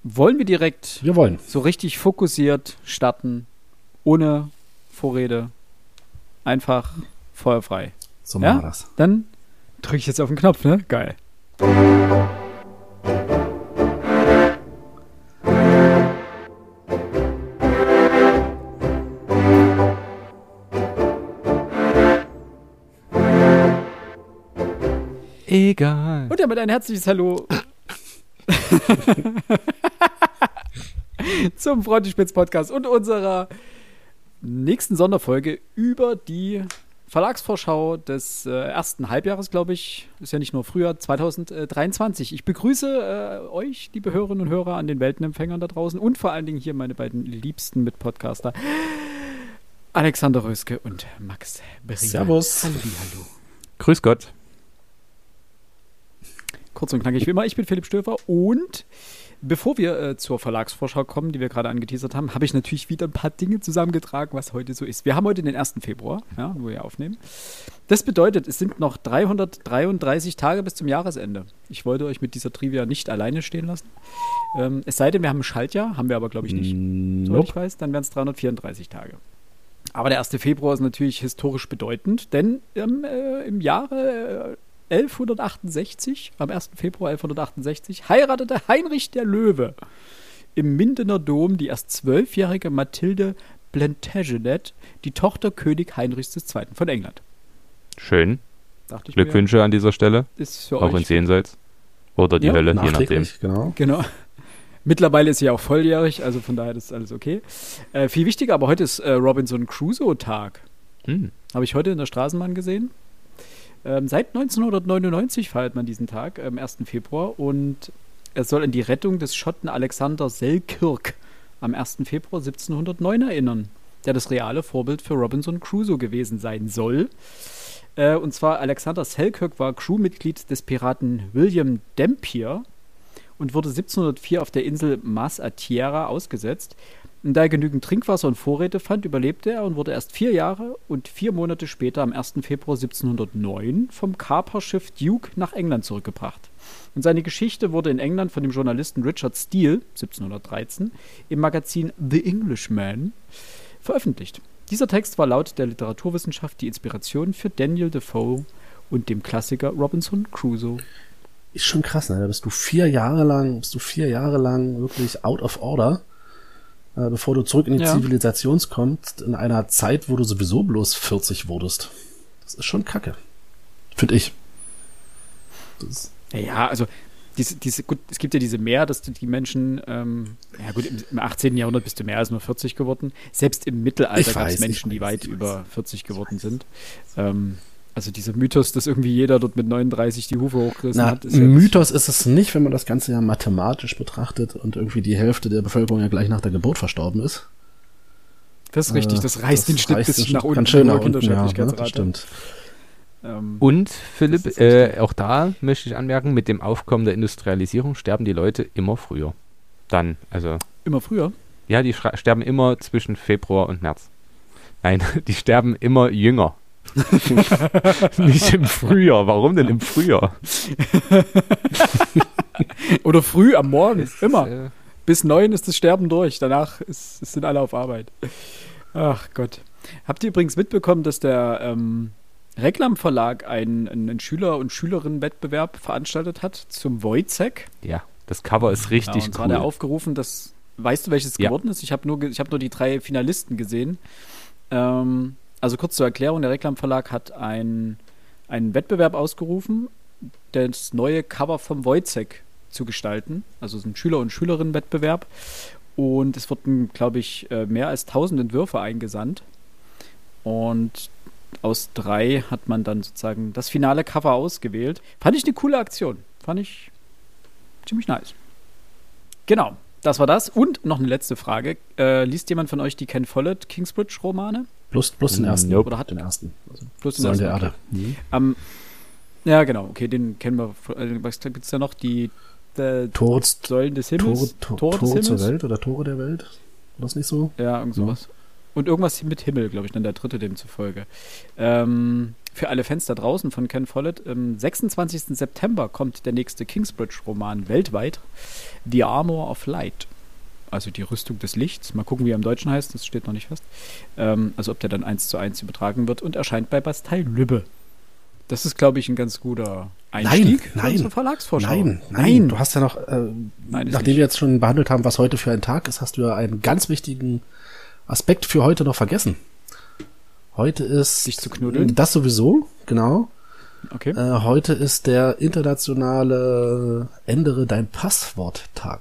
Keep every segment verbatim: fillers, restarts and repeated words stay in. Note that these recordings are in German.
wollen wir direkt Wir wollen. so richtig fokussiert starten, ohne Vorrede, einfach feuerfrei. So ja? machen wir das. Dann drücke ich jetzt auf den Knopf, ne? Geil. Egal. Und damit ein herzliches Hallo zum Frontispitz-Podcast und unserer nächsten Sonderfolge über die Verlagsvorschau des äh, ersten Halbjahres, glaube ich. Ist ja nicht nur Frühjahr zwanzig dreiundzwanzig. Ich begrüße äh, euch, liebe Hörerinnen und Hörer, an den Weltenempfängern da draußen und vor allen Dingen hier meine beiden liebsten Mitpodcaster, Alexander Röske und Max Berger. Servus. Hallo, hallo. Grüß Gott. Kurz und knackig wie immer, ich bin Philipp Stöfer und bevor wir äh, zur Verlagsvorschau kommen, die wir gerade angeteasert haben, habe ich natürlich wieder ein paar Dinge zusammengetragen, was heute so ist. Wir haben heute den ersten Februar, ja, wo wir aufnehmen. Das bedeutet, es sind noch dreihundertdreiunddreißig Tage bis zum Jahresende. Ich wollte euch mit dieser Trivia nicht alleine stehen lassen. Ähm, es sei denn, wir haben ein Schaltjahr, haben wir aber, glaube ich, nicht. Nope. Soweit ich weiß, dann wären es dreihundertvierunddreißig Tage. Aber der erste Februar ist natürlich historisch bedeutend, denn ähm, äh, im Jahre äh, elfhundertachtundsechzig, am ersten Februar elfhundertachtundsechzig, heiratete Heinrich der Löwe im Mindener Dom die erst zwölfjährige Mathilde Plantagenet, die Tochter König Heinrichs der Zweiten von England. Schön. Dachte ich Glückwünsche mir, an dieser Stelle. ist für Auch euch ins Jenseits. Oder die Ja, Hölle, je nachdem. Nachträglich, genau. Genau. Mittlerweile ist sie auch volljährig, also von daher ist alles okay. Äh, viel wichtiger, aber heute ist äh, Robinson Crusoe-Tag. Hm. Habe ich heute in der Straßenbahn gesehen. Ähm, seit neunzehnhundertneunundneunzig feiert man diesen Tag, am ersten Februar, und er soll an die Rettung des Schotten Alexander Selkirk am ersten Februar siebzehnhundertneun erinnern, der das reale Vorbild für Robinson Crusoe gewesen sein soll. Äh, und zwar Alexander Selkirk war Crewmitglied des Piraten William Dampier und wurde siebzehnhundertvier auf der Insel Mas-Atiera ausgesetzt. Und da er genügend Trinkwasser und Vorräte fand, überlebte er und wurde erst vier Jahre und vier Monate später, am ersten Februar siebzehnhundertneun, vom Kaperschiff Duke nach England zurückgebracht. Und seine Geschichte wurde in England von dem Journalisten Richard Steele siebzehnhundertdreizehn im Magazin The Englishman veröffentlicht. Dieser Text war laut der Literaturwissenschaft die Inspiration für Daniel Defoe und dem Klassiker Robinson Crusoe. Ist schon krass, ne? Da bist du vier Jahre lang, bist du vier Jahre lang wirklich out of order, äh, bevor du zurück in die Ja. Zivilisation kommst, in einer Zeit, wo du sowieso bloß vierzig wurdest. Das ist schon kacke. Finde ich. Das Ja, also diese, diese, gut, es gibt ja diese mehr, dass die Menschen, ähm, ja gut, im, im achtzehnten Jahrhundert bist du mehr als nur vierzig geworden. Selbst im Mittelalter Ich gab es weiß, Menschen, ich die weiß, weit ich über weiß. vierzig geworden sind. Ähm, also dieser Mythos, dass irgendwie jeder dort mit neununddreißig die Hufe hochgerissen Na, hat. Ist ja Mythos ist es nicht, wenn man das Ganze ja mathematisch betrachtet und irgendwie die Hälfte der Bevölkerung ja gleich nach der Geburt verstorben ist. Das ist richtig, das reißt das den Schnitt reißt bis den nach Schnitt unten. ganz schön die nach hohe unten, ja, ne? Kindersterblichkeitsrate. Das stimmt. Ähm, Und, Das Philipp, ist äh, richtig. auch da möchte ich anmerken, mit dem Aufkommen der Industrialisierung sterben die Leute immer früher. Dann, also, immer früher. ja, die schra- sterben immer zwischen Februar und März. Nein, die sterben immer jünger. Nicht im Frühjahr. Warum denn im Frühjahr? Oder früh am Morgen, Es ist, immer. äh, Bis neun ist das Sterben durch. Danach ist, sind alle auf Arbeit. Ach Gott. Habt ihr übrigens mitbekommen, dass der ähm, Reklam Verlag einen, einen Schüler- und Schülerinnenwettbewerb veranstaltet hat zum Wojciech? Ja, das Cover ist Ja, richtig und zwar hat er cool. aufgerufen, dass, weißt du, welches Ja. geworden ist? Ich habe nur, ge- ich hab nur die drei Finalisten gesehen. Ähm, also kurz zur Erklärung, der Reklam Verlag hat ein, einen Wettbewerb ausgerufen, das neue Cover vom Wojciech zu gestalten. Also es ist ein Schüler- und Schülerinnenwettbewerb. Und es wurden, glaube ich, äh, mehr als tausend Entwürfe eingesandt. Und aus drei hat man dann sozusagen das finale Cover ausgewählt. Fand ich eine coole Aktion. Fand ich ziemlich nice. Genau, das war das. Und noch eine letzte Frage. Äh, liest jemand von euch die Ken Follett Kingsbridge-Romane? Plus, plus den ersten. Nope. Oder hat Den ersten. Also, bloß den Säulen ersten? der Okay. Erde. Mhm. Ähm, ja, genau. Okay, den kennen wir. Äh, was gibt es da noch? Die äh, Tore, Säulen des Tore, Himmels? Tore, Tore des Tore zur Himmels? Welt oder Tore der Welt? War das nicht so? Ja, irgend sowas. Und irgendwas mit Himmel, glaube ich, dann der dritte demzufolge. Ähm, für alle Fans da draußen von Ken Follett. Am sechsundzwanzigsten September kommt der nächste Kingsbridge-Roman weltweit, The Armor of Light. Also die Rüstung des Lichts. Mal gucken, wie er im Deutschen heißt, das steht noch nicht fest. Ähm, also ob der dann eins zu eins übertragen wird und erscheint bei Bastei Lübbe. Das ist, glaube ich, ein ganz guter Einstieg nein, für nein, Verlagsvorschau. Nein, nein, nein. Du hast ja noch, äh, nein, nachdem wir jetzt schon behandelt haben, was heute für ein Tag ist, hast du ja einen ganz wichtigen Aspekt für heute noch vergessen. Heute ist Sich zu knuddeln? Das sowieso, genau. Okay. Äh, heute ist der internationale Ändere dein Passwort-Tag.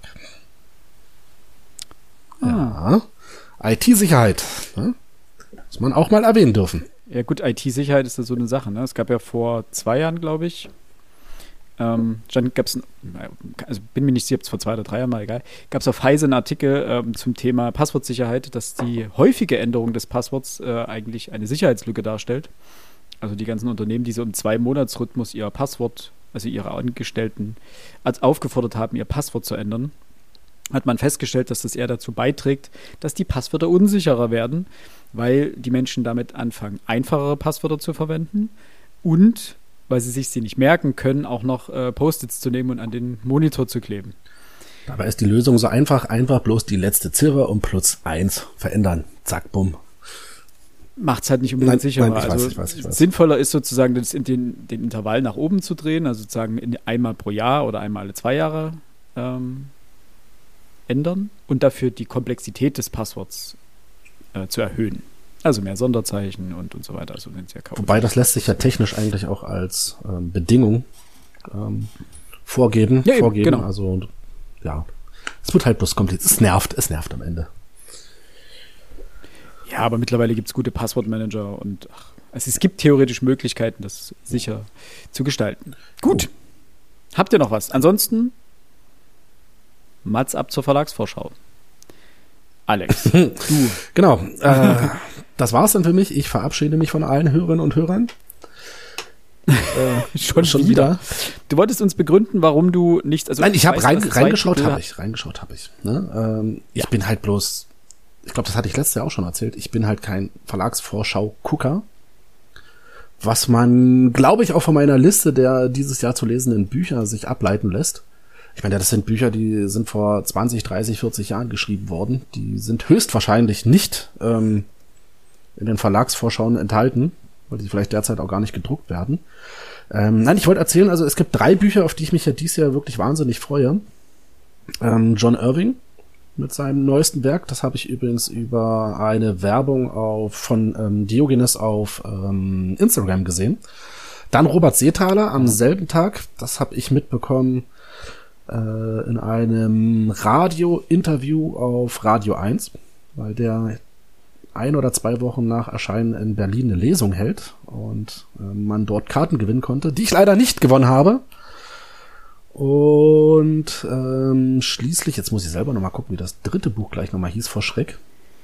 Ah. Ja. I T-Sicherheit. Ne? Muss man auch mal erwähnen dürfen. Ja gut, I T-Sicherheit ist ja so eine Sache. Ne? Es gab ja vor zwei Jahren, glaube ich, ähm, dann gab es, also bin mir nicht sicher, ob es vor zwei oder drei Jahren mal, egal, gab es auf Heise einen Artikel ähm, zum Thema Passwortsicherheit, dass die häufige Änderung des Passworts äh, eigentlich eine Sicherheitslücke darstellt. Also die ganzen Unternehmen, die so im Zwei-Monats-Rhythmus ihr Passwort, also ihre Angestellten, als aufgefordert haben, ihr Passwort zu ändern, hat man festgestellt, dass das eher dazu beiträgt, dass die Passwörter unsicherer werden, weil die Menschen damit anfangen, einfachere Passwörter zu verwenden und, weil sie sich sie nicht merken können, auch noch äh, Post-its zu nehmen und an den Monitor zu kleben. Dabei ist die Lösung so einfach, einfach bloß die letzte Ziffer um plus eins verändern. Zack, bumm. Macht es halt nicht unbedingt sicherer. Nein, ich also weiß, ich weiß, ich weiß. Sinnvoller ist sozusagen, das in den, den Intervall nach oben zu drehen, also sozusagen in, einmal pro Jahr oder einmal alle zwei Jahre ähm, ändern und dafür die Komplexität des Passworts äh, zu erhöhen. Also mehr Sonderzeichen und, und so weiter. Also sind ja kaum. Wobei, das lässt sich ja technisch eigentlich auch als ähm, Bedingung ähm, vorgeben. Ja, eben, vorgeben. genau. Also, ja. Es wird halt bloß kompliziert. Es nervt, es nervt am Ende. Ja, aber mittlerweile gibt es gute Passwortmanager und ach, also es gibt theoretisch Möglichkeiten, das sicher zu gestalten. Gut. Oh. Habt ihr noch was? Ansonsten Mats ab zur Verlagsvorschau. Alex, du. Genau. Äh, das war's dann für mich. Ich verabschiede mich von allen Hörerinnen und Hörern. Äh, schon, schon wieder. wieder. Du wolltest uns begründen, warum du nicht. Also Nein, ich habe rein, reingeschaut, habe hat. ich. Reingeschaut habe ich. Ne? Ähm, ja. Ich bin halt bloß. Ich glaube, das hatte ich letztes Jahr auch schon erzählt. Ich bin halt kein Verlagsvorschau-Gucker. Was man, glaube ich, auch von meiner Liste der dieses Jahr zu lesenden Bücher sich ableiten lässt. Ich meine, das sind Bücher, die sind vor zwanzig, dreißig, vierzig Jahren geschrieben worden. Die sind höchstwahrscheinlich nicht ähm, in den Verlagsvorschauen enthalten, weil die vielleicht derzeit auch gar nicht gedruckt werden. Ähm, nein, ich wollte erzählen, also es gibt drei Bücher, auf die ich mich ja dieses Jahr wirklich wahnsinnig freue. Ähm, John Irving mit seinem neuesten Werk, das habe ich übrigens über eine Werbung auf, von ähm, Diogenes auf ähm, Instagram gesehen. Dann Robert Seethaler am selben Tag, das habe ich mitbekommen äh, in einem Radio-Interview auf Radio eins, weil der ein oder zwei Wochen nach Erscheinen in Berlin eine Lesung hält und äh, man dort Karten gewinnen konnte, die ich leider nicht gewonnen habe. Und ähm, schließlich, jetzt muss ich selber nochmal gucken, wie das dritte Buch gleich nochmal hieß, vor Schreck.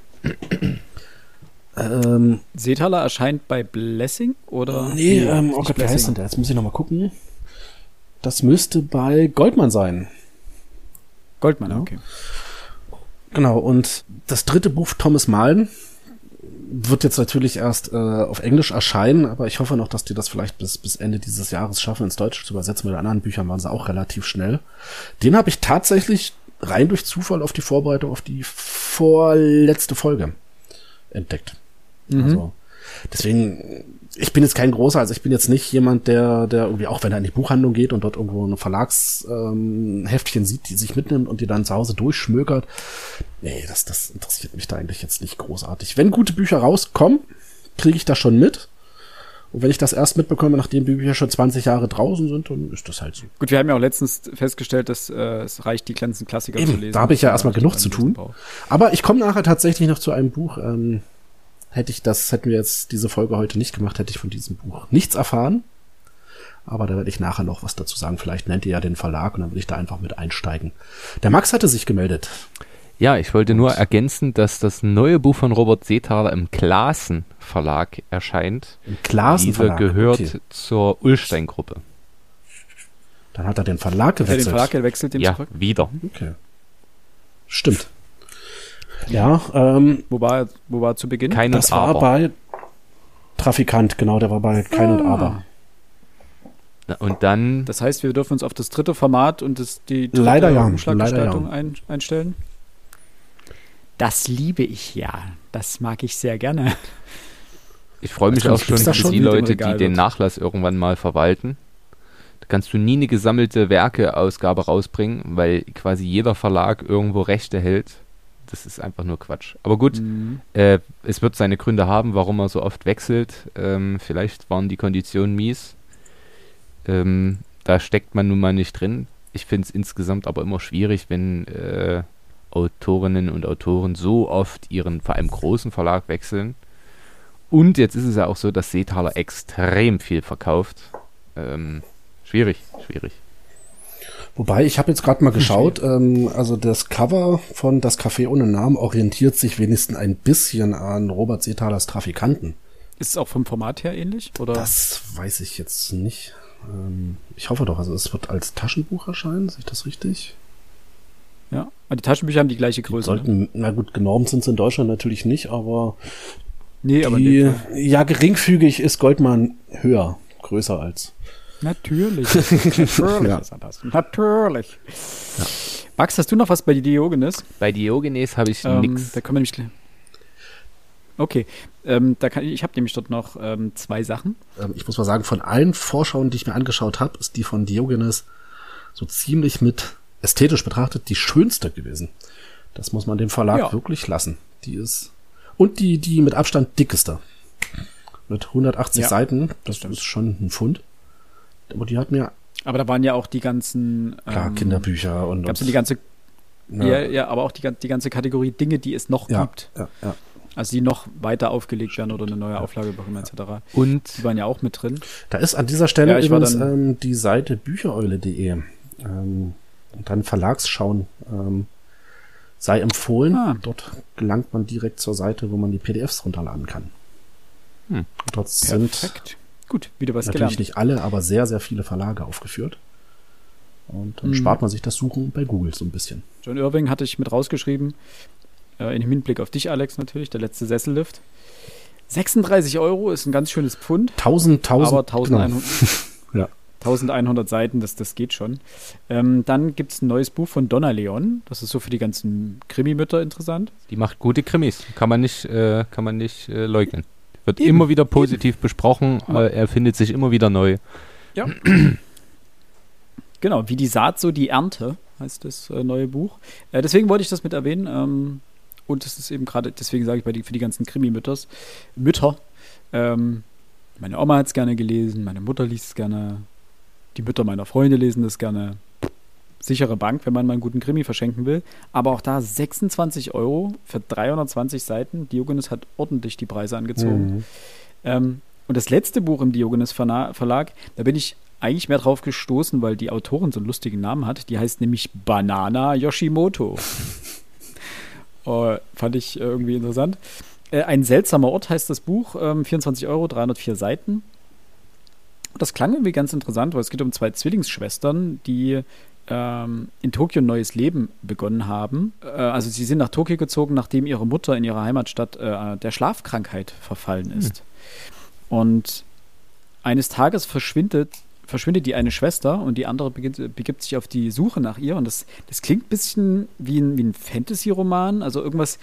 ähm, Seethaler erscheint bei Blessing oder? Nee, ähm, oh Gott, wie heißt denn der? Jetzt muss ich nochmal gucken. Das müsste bei Goldmann sein. Goldmann, ja. Okay. Genau, und das dritte Buch, Thomas Malm, wird jetzt natürlich erst äh, auf Englisch erscheinen, aber ich hoffe noch, dass die das vielleicht bis bis Ende dieses Jahres schaffen, ins Deutsche zu übersetzen. Mit anderen Büchern waren sie auch relativ schnell. Den habe ich tatsächlich rein durch Zufall auf die Vorbereitung auf die vorletzte Folge entdeckt. Mhm. Also deswegen, ich bin jetzt kein großer, also ich bin jetzt nicht jemand, der der irgendwie, auch wenn er in die Buchhandlung geht und dort irgendwo ein Verlagsheftchen ähm, sieht, die sich mitnimmt und die dann zu Hause durchschmökert. Nee, das, das interessiert mich da eigentlich jetzt nicht großartig. Wenn gute Bücher rauskommen, kriege ich das schon mit. Und wenn ich das erst mitbekomme, nachdem die Bücher schon zwanzig Jahre draußen sind, dann ist das halt so. Gut, wir haben ja auch letztens festgestellt, dass äh, es reicht, die ganzen Klassiker Eben, zu lesen. Da habe ich ja erstmal genug zu tun. Aber ich komme nachher tatsächlich noch zu einem Buch. Ähm, hätte ich das, hätten wir jetzt diese Folge heute nicht gemacht, hätte ich von diesem Buch nichts erfahren. Aber da werde ich nachher noch was dazu sagen. Vielleicht nennt ihr ja den Verlag und dann will ich da einfach mit einsteigen. Der Max hatte sich gemeldet. Ja, ich wollte nur ergänzen, dass das neue Buch von Robert Seethaler im Klaassen Verlag erscheint. Im Klaassen Verlag? Dieser gehört okay. zur Ullstein-Gruppe. Dann hat er den Verlag gewechselt. Hat er den Verlag gewechselt, dem ja, zurück? wieder. Okay. Stimmt. Ja, ähm. Wo war, wo war zu Beginn? Kein Das Aber. war bei Trafikant, genau, der war bei Kein und Aber. Und dann... Das heißt, wir dürfen uns auf das dritte Format und das, die dritte Leider ja, Umschlaggestaltung leider ja. ein, einstellen. Das liebe ich ja. Das mag ich sehr gerne. Ich freue mich Also, auch schon gibt's für das schon die mit dem Leute, Regal die den wird? Nachlass irgendwann mal verwalten. Da kannst du nie eine gesammelte Werkeausgabe rausbringen, weil quasi jeder Verlag irgendwo Rechte hält. Das ist einfach nur Quatsch. Aber gut, Mhm. äh, es wird seine Gründe haben, warum er so oft wechselt. Ähm, vielleicht waren die Konditionen mies. Ähm, da steckt man nun mal nicht drin. Ich finde es insgesamt aber immer schwierig, wenn äh, Autorinnen und Autoren so oft ihren, vor allem großen Verlag wechseln. Und jetzt ist es ja auch so, dass Seethaler extrem viel verkauft. Ähm, schwierig, schwierig. Wobei, ich habe jetzt gerade mal geschaut, ähm, also das Cover von Das Café ohne Namen orientiert sich wenigstens ein bisschen an Robert Seethalers Trafikanten. Ist es auch vom Format her ähnlich? Oder? Das weiß ich jetzt nicht. Ähm, ich hoffe doch, also es wird als Taschenbuch erscheinen, sehe ich das richtig? Ja. Aber die Taschenbücher haben die gleiche Die Größe. Ne? sollten, na gut, genormt sind sie in Deutschland natürlich nicht, aber Nee, aber in die, dem Fall. ja, geringfügig ist Goldmann höher, größer als. Natürlich. Natürlich Ja. ist er das. Natürlich. Max, hast du noch was bei Diogenes? Bei Diogenes habe ich Ähm, nix. Da können wir nämlich. gl- Okay, ähm, da kann ich, ich habe nämlich dort noch ähm, zwei Sachen. Ähm, ich muss mal sagen, von allen Vorschauen, die ich mir angeschaut habe, ist die von Diogenes so ziemlich mit ästhetisch betrachtet die schönste gewesen. Das muss man dem Verlag Ja. wirklich lassen. Die ist und die die mit Abstand dickeste. Mit hundertachtzig Ja, Seiten, das stimmt. ist schon ein Pfund. Aber die hat mir, Aber da waren ja auch die ganzen. klar, ähm, Kinderbücher und... Gab's ja und die ganze. na, Ja, ja, aber auch die, gan- die ganze Kategorie Dinge, die es noch ja, gibt. ja, ja. Also die noch weiter aufgelegt werden oder eine neue Auflage bekommen et cetera. Und Die waren ja auch mit drin. Da ist an dieser Stelle Ja, ich war übrigens dann- ähm, die Seite büchereule punkt de ähm, und dann Verlagsschauen ähm, sei empfohlen. Ah. Dort gelangt man direkt zur Seite, wo man die P D Fs runterladen kann. Hm. Dort sind Perfekt. Gut, wieder was natürlich gelernt. nicht alle, aber sehr, sehr viele Verlage aufgeführt. Und dann Mhm. spart man sich das Suchen bei Google so ein bisschen. John Irving hatte ich mit rausgeschrieben. Äh, in Hinblick auf dich, Alex, natürlich. Der letzte Sessellift. sechsunddreißig Euro ist ein ganz schönes Pfund. tausend, tausend, Aber elfhundert, Ja. elfhundert Seiten, das, das geht schon. Ähm, dann gibt es ein neues Buch von Donna Leon. Das ist so für die ganzen Krimimütter interessant. die macht gute Krimis. Kann man nicht, äh, kann man nicht äh, leugnen. Wird Eben, immer wieder positiv besprochen. Ja. Äh, er findet sich immer wieder neu. Ja. Genau, wie die Saat, so die Ernte, heißt das äh, neue Buch. Äh, deswegen wollte ich das mit erwähnen. Ähm, und das ist eben gerade, deswegen sage ich bei die, für die ganzen Krimi-Mütters, Mütter. Ähm, meine Oma hat es gerne gelesen, meine Mutter liest es gerne, die Mütter meiner Freunde lesen das gerne. Sichere Bank, wenn man mal einen guten Krimi verschenken will. Aber auch da sechsundzwanzig Euro für dreihundertzwanzig Seiten. Diogenes hat ordentlich die Preise angezogen. Mhm. Ähm, und das letzte Buch im Diogenes Verna- Verlag, da bin ich eigentlich mehr drauf gestoßen, weil die Autorin so einen lustigen Namen hat. Die heißt nämlich Banana Yoshimoto. Oh, fand ich äh, irgendwie interessant. Äh, Ein seltsamer Ort heißt das Buch. Ähm, vierundzwanzig Euro, dreihundertvier Seiten. Das klang irgendwie ganz interessant, weil es geht um zwei Zwillingsschwestern, die ähm, in Tokio ein neues Leben begonnen haben. Äh, also sie sind nach Tokio gezogen, nachdem ihre Mutter in ihrer Heimatstadt äh, der Schlafkrankheit verfallen ist. Und eines Tages verschwindet, verschwindet die eine Schwester und die andere beginnt, begibt sich auf die Suche nach ihr. Und das, das klingt ein bisschen wie ein, wie ein Fantasy-Roman, also irgendwas.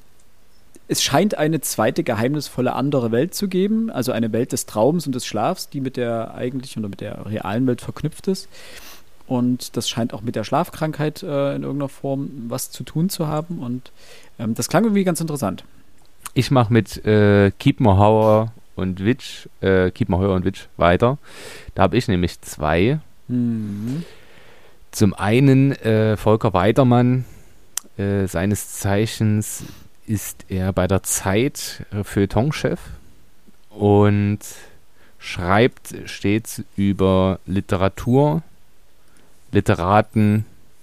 Es scheint eine zweite geheimnisvolle andere Welt zu geben, also eine Welt des Traums und des Schlafs, die mit der eigentlichen oder mit der realen Welt verknüpft ist. Und das scheint auch mit der Schlafkrankheit äh, in irgendeiner Form was zu tun zu haben. Und ähm, das klang irgendwie ganz interessant. Ich mache mit äh, Kiepenheuer und Witsch, äh, Kiepenheuer und Witsch weiter. Da habe ich nämlich zwei. Mhm. Zum einen äh, Volker Weidermann, äh, seines Zeichens ist er bei der Zeit äh, Feuilletonchef und schreibt stets über Literatur, Literaten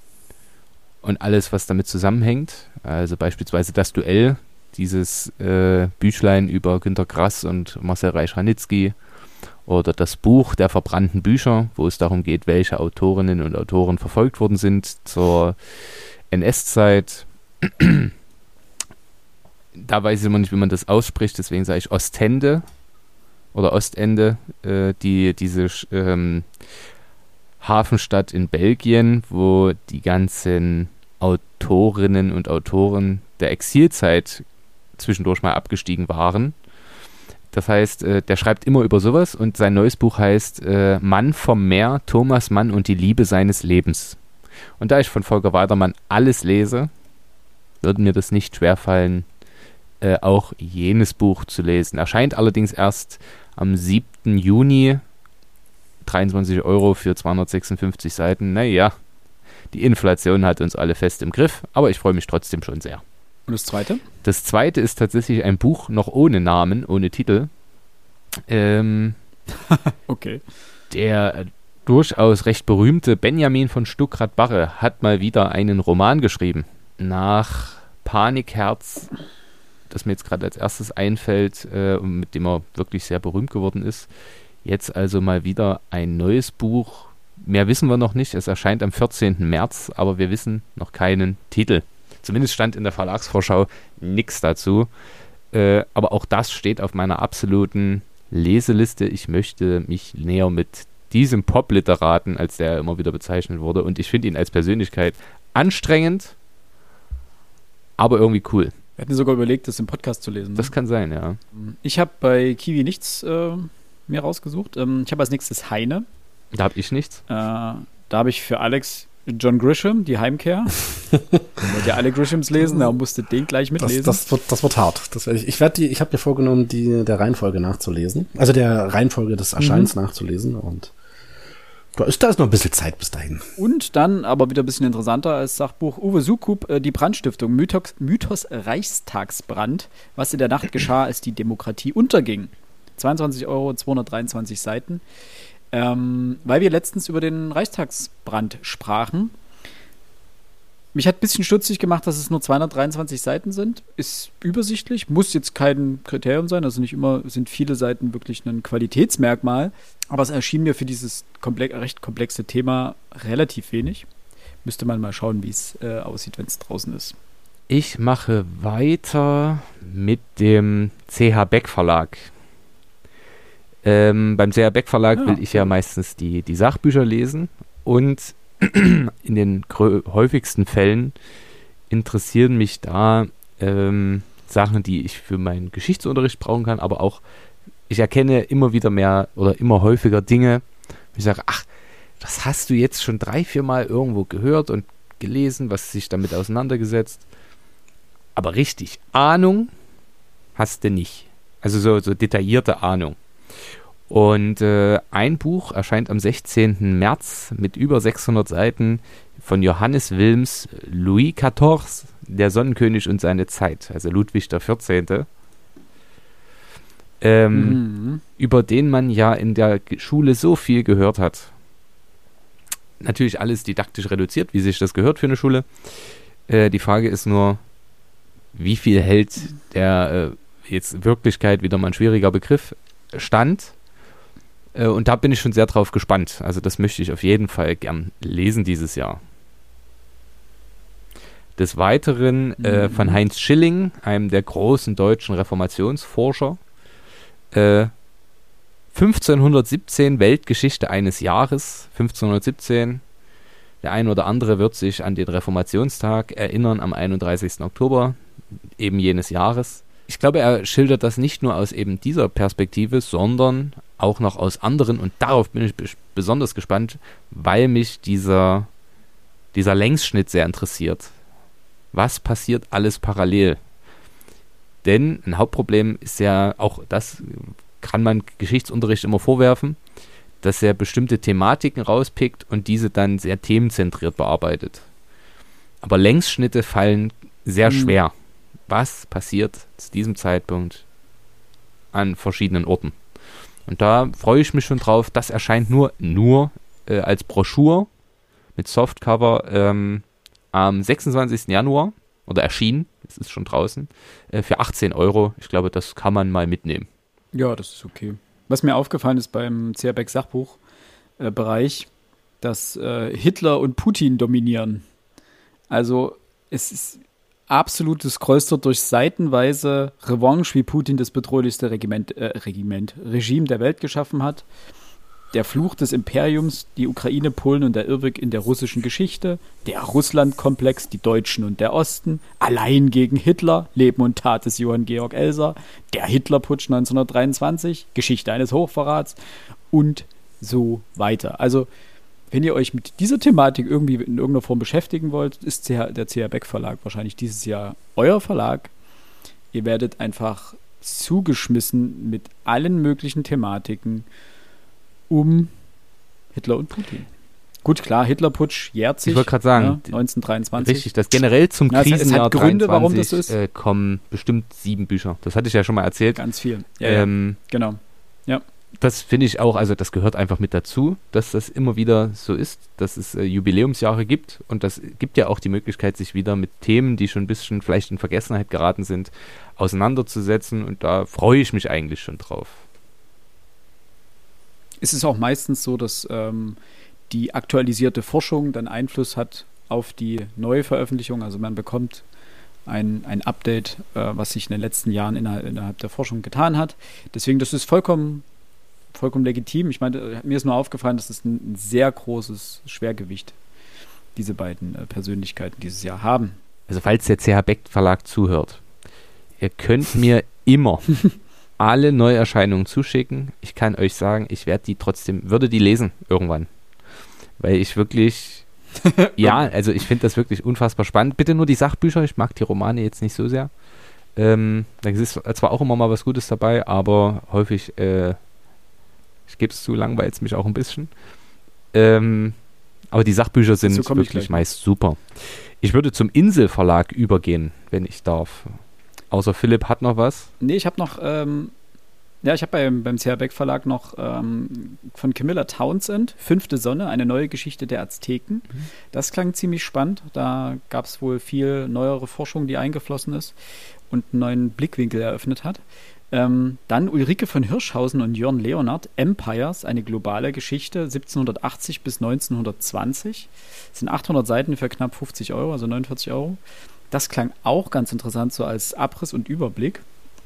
und alles, was damit zusammenhängt. Also beispielsweise das Duell, dieses äh, Büchlein über Günter Grass und Marcel Reich-Ranitzky, oder das Buch der verbrannten Bücher, wo es darum geht, welche Autorinnen und Autoren verfolgt worden sind zur N S-Zeit. Da weiß ich immer nicht, wie man das ausspricht, deswegen sage ich Ostende. oder Ostende, äh, die, diese ähm, Hafenstadt in Belgien, wo die ganzen Autorinnen und Autoren der Exilzeit zwischendurch mal abgestiegen waren. Das heißt, äh, der schreibt immer über sowas und sein neues Buch heißt äh, Mann vom Meer, Thomas Mann und die Liebe seines Lebens. Und da ich von Volker Weidermann alles lese, würde mir das nicht schwerfallen, äh, auch jenes Buch zu lesen. Erscheint allerdings erst am siebten Juni, dreiundzwanzig Euro für zweihundertsechsundfünfzig Seiten. Naja, die Inflation hat uns alle fest im Griff, aber ich freue mich trotzdem schon sehr. Und das zweite? Das zweite ist tatsächlich ein Buch noch ohne Namen, ohne Titel. Ähm, okay. Der äh, durchaus recht berühmte Benjamin von Stuckrad-Barre hat mal wieder einen Roman geschrieben. Nach Panikherz, das mir jetzt gerade als erstes einfällt äh, und mit dem er wirklich sehr berühmt geworden ist. Jetzt also mal wieder ein neues Buch. Mehr wissen wir noch nicht. Es erscheint am vierzehnten März, aber wir wissen noch keinen Titel. Zumindest stand in der Verlagsvorschau nichts dazu. Äh, aber auch das steht auf meiner absoluten Leseliste. Ich möchte mich näher mit diesem Pop-Literaten, als der immer wieder bezeichnet wurde, und ich finde ihn als Persönlichkeit anstrengend, aber irgendwie cool. Wir hatten sogar überlegt, das im Podcast zu lesen. Ne? Das kann sein, ja. Ich habe bei Kiwi nichts äh, mehr rausgesucht. Ähm, ich habe als nächstes Heine. Da habe ich nichts. Äh, da habe ich für Alex John Grisham, die Heimkehr. Wollt ihr alle Grishams lesen? Da musste den gleich mitlesen. Das, das, wird, das wird hart. Das werd ich ich, werd die, ich habe mir vorgenommen, die der Reihenfolge nachzulesen. Also der Reihenfolge des Erscheins mhm. nachzulesen. Und da ist, da ist noch ein bisschen Zeit bis dahin. Und dann, aber wieder ein bisschen interessanter als Sachbuch, Uwe Sukup, äh, die Brandstiftung, Mythos, Mythos Reichstagsbrand, was in der Nacht geschah, als die Demokratie unterging. zweiundzwanzig Euro, zweihundertdreiundzwanzig Seiten. Ähm, weil wir letztens über den Reichstagsbrand sprachen. Mich hat ein bisschen stutzig gemacht, dass es nur zweihundertdreiundzwanzig Seiten sind. Ist übersichtlich, muss jetzt kein Kriterium sein. Also nicht immer sind viele Seiten wirklich ein Qualitätsmerkmal. Aber es erschien mir für dieses komple- recht komplexe Thema relativ wenig. Müsste man mal schauen, wie es äh, aussieht, wenn es draußen ist. Ich mache weiter mit dem C H Beck Verlag. Ähm, beim C H Beck Verlag ja, will ich ja meistens die, die Sachbücher lesen und in den grö- häufigsten Fällen interessieren mich da ähm, Sachen, die ich für meinen Geschichtsunterricht brauchen kann, aber auch, ich erkenne immer wieder mehr oder immer häufiger Dinge, wo ich sage, ach, das hast du jetzt schon drei, vier Mal irgendwo gehört und gelesen, was sich damit auseinandergesetzt, aber richtig Ahnung hast du nicht. Also so, so detaillierte Ahnung. Und äh, ein Buch erscheint am sechzehnten März mit über sechshundert Seiten von Johannes Wilms, Louis vierzehn, der Sonnenkönig und seine Zeit, also Ludwig der vierzehnte. Ähm, mhm. Über den man ja in der Schule so viel gehört hat. Natürlich alles didaktisch reduziert, wie sich das gehört für eine Schule. Äh, die Frage ist nur, wie viel hält der äh, jetzt Wirklichkeit, wieder mal ein schwieriger Begriff, stand? Und da bin ich schon sehr drauf gespannt. Also das möchte ich auf jeden Fall gern lesen dieses Jahr. Des Weiteren mhm. äh, von Heinz Schilling, einem der großen deutschen Reformationsforscher. Äh, fünfzehnhundertsiebzehn, Weltgeschichte eines Jahres. fünfzehnhundertsiebzehn. Der ein oder andere wird sich an den Reformationstag erinnern am einunddreißigsten Oktober eben jenes Jahres. Ich glaube, er schildert das nicht nur aus eben dieser Perspektive, sondern auch noch aus anderen, und darauf bin ich b- besonders gespannt, weil mich dieser, dieser Längsschnitt sehr interessiert. Was passiert alles parallel? Denn ein Hauptproblem ist ja, auch das kann man Geschichtsunterricht immer vorwerfen, dass er bestimmte Thematiken rauspickt und diese dann sehr themenzentriert bearbeitet. Aber Längsschnitte fallen sehr mhm. schwer. Was passiert zu diesem Zeitpunkt an verschiedenen Orten? Und da freue ich mich schon drauf. Das erscheint nur, nur äh, als Broschur mit Softcover ähm, am sechsundzwanzigsten Januar oder erschienen, es ist schon draußen, äh, für achtzehn Euro. Ich glaube, das kann man mal mitnehmen. Ja, das ist okay. Was mir aufgefallen ist beim C H Beck Sachbuchbereich, äh, dass äh, Hitler und Putin dominieren. Also es ist absolutes Kreuz durch seitenweise Revanche, wie Putin das bedrohlichste Regiment, äh, Regiment, Regime der Welt geschaffen hat. Der Fluch des Imperiums, die Ukraine, Polen und der Irrweg in der russischen Geschichte, der Russlandkomplex, die Deutschen und der Osten, allein gegen Hitler, Leben und Tat des Johann Georg Elser, der Hitlerputsch neunzehnhundertdreiundzwanzig, Geschichte eines Hochverrats und so weiter. Also, wenn ihr euch mit dieser Thematik irgendwie in irgendeiner Form beschäftigen wollt, ist der C H Beck Verlag wahrscheinlich dieses Jahr euer Verlag. Ihr werdet einfach zugeschmissen mit allen möglichen Thematiken um Hitler und Putin. Gut, klar, Hitlerputsch jährt sich. Ich wollte gerade sagen, ja, neunzehnhundertdreiundzwanzig. Richtig, das generell zum ja, Krisenjahr es hat Gründe, dreiundzwanzig, warum das so ist. Äh, kommen bestimmt sieben Bücher. Das hatte ich ja schon mal erzählt. Ganz viel. Ja, ähm, ja. Genau. Ja. Das finde ich auch, also das gehört einfach mit dazu, dass das immer wieder so ist, dass es äh, Jubiläumsjahre gibt und das gibt ja auch die Möglichkeit, sich wieder mit Themen, die schon ein bisschen vielleicht in Vergessenheit geraten sind, auseinanderzusetzen und da freue ich mich eigentlich schon drauf. Es ist auch meistens so, dass ähm, die aktualisierte Forschung dann Einfluss hat auf die neue Veröffentlichung. Also man bekommt ein, ein Update, äh, was sich in den letzten Jahren innerhalb, innerhalb der Forschung getan hat. Deswegen, das ist vollkommen, vollkommen legitim. Ich meine, mir ist nur aufgefallen, dass es ein, ein sehr großes Schwergewicht diese beiden äh, Persönlichkeiten dieses Jahr haben. Also falls der C H Beck Verlag zuhört, ihr könnt mir immer alle Neuerscheinungen zuschicken. Ich kann euch sagen, ich werde die trotzdem, würde die lesen irgendwann. Weil ich wirklich, ja, also ich finde das wirklich unfassbar spannend. Bitte nur die Sachbücher, ich mag die Romane jetzt nicht so sehr. Ähm, da ist zwar auch immer mal was Gutes dabei, aber häufig, äh, ich gebe es zu, langweilt es mich auch ein bisschen. Ähm, aber die Sachbücher sind so wirklich meist super. Ich würde zum Insel-Verlag übergehen, wenn ich darf. Außer Philipp hat noch was. Nee, ich habe noch, ähm, ja, ich habe beim, beim C H Beck Verlag noch ähm, von Camilla Townsend, Fünfte Sonne, eine neue Geschichte der Azteken. Mhm. Das klang ziemlich spannend. Da gab es wohl viel neuere Forschung, die eingeflossen ist und einen neuen Blickwinkel eröffnet hat. Ähm, dann Ulrike von Hirschhausen und Jörn Leonard, Empires, eine globale Geschichte, siebzehnhundertachtzig bis neunzehnhundertzwanzig. Das sind achthundert Seiten für knapp fünfzig Euro, also neunundvierzig Euro. Das klang auch ganz interessant, so als Abriss und Überblick.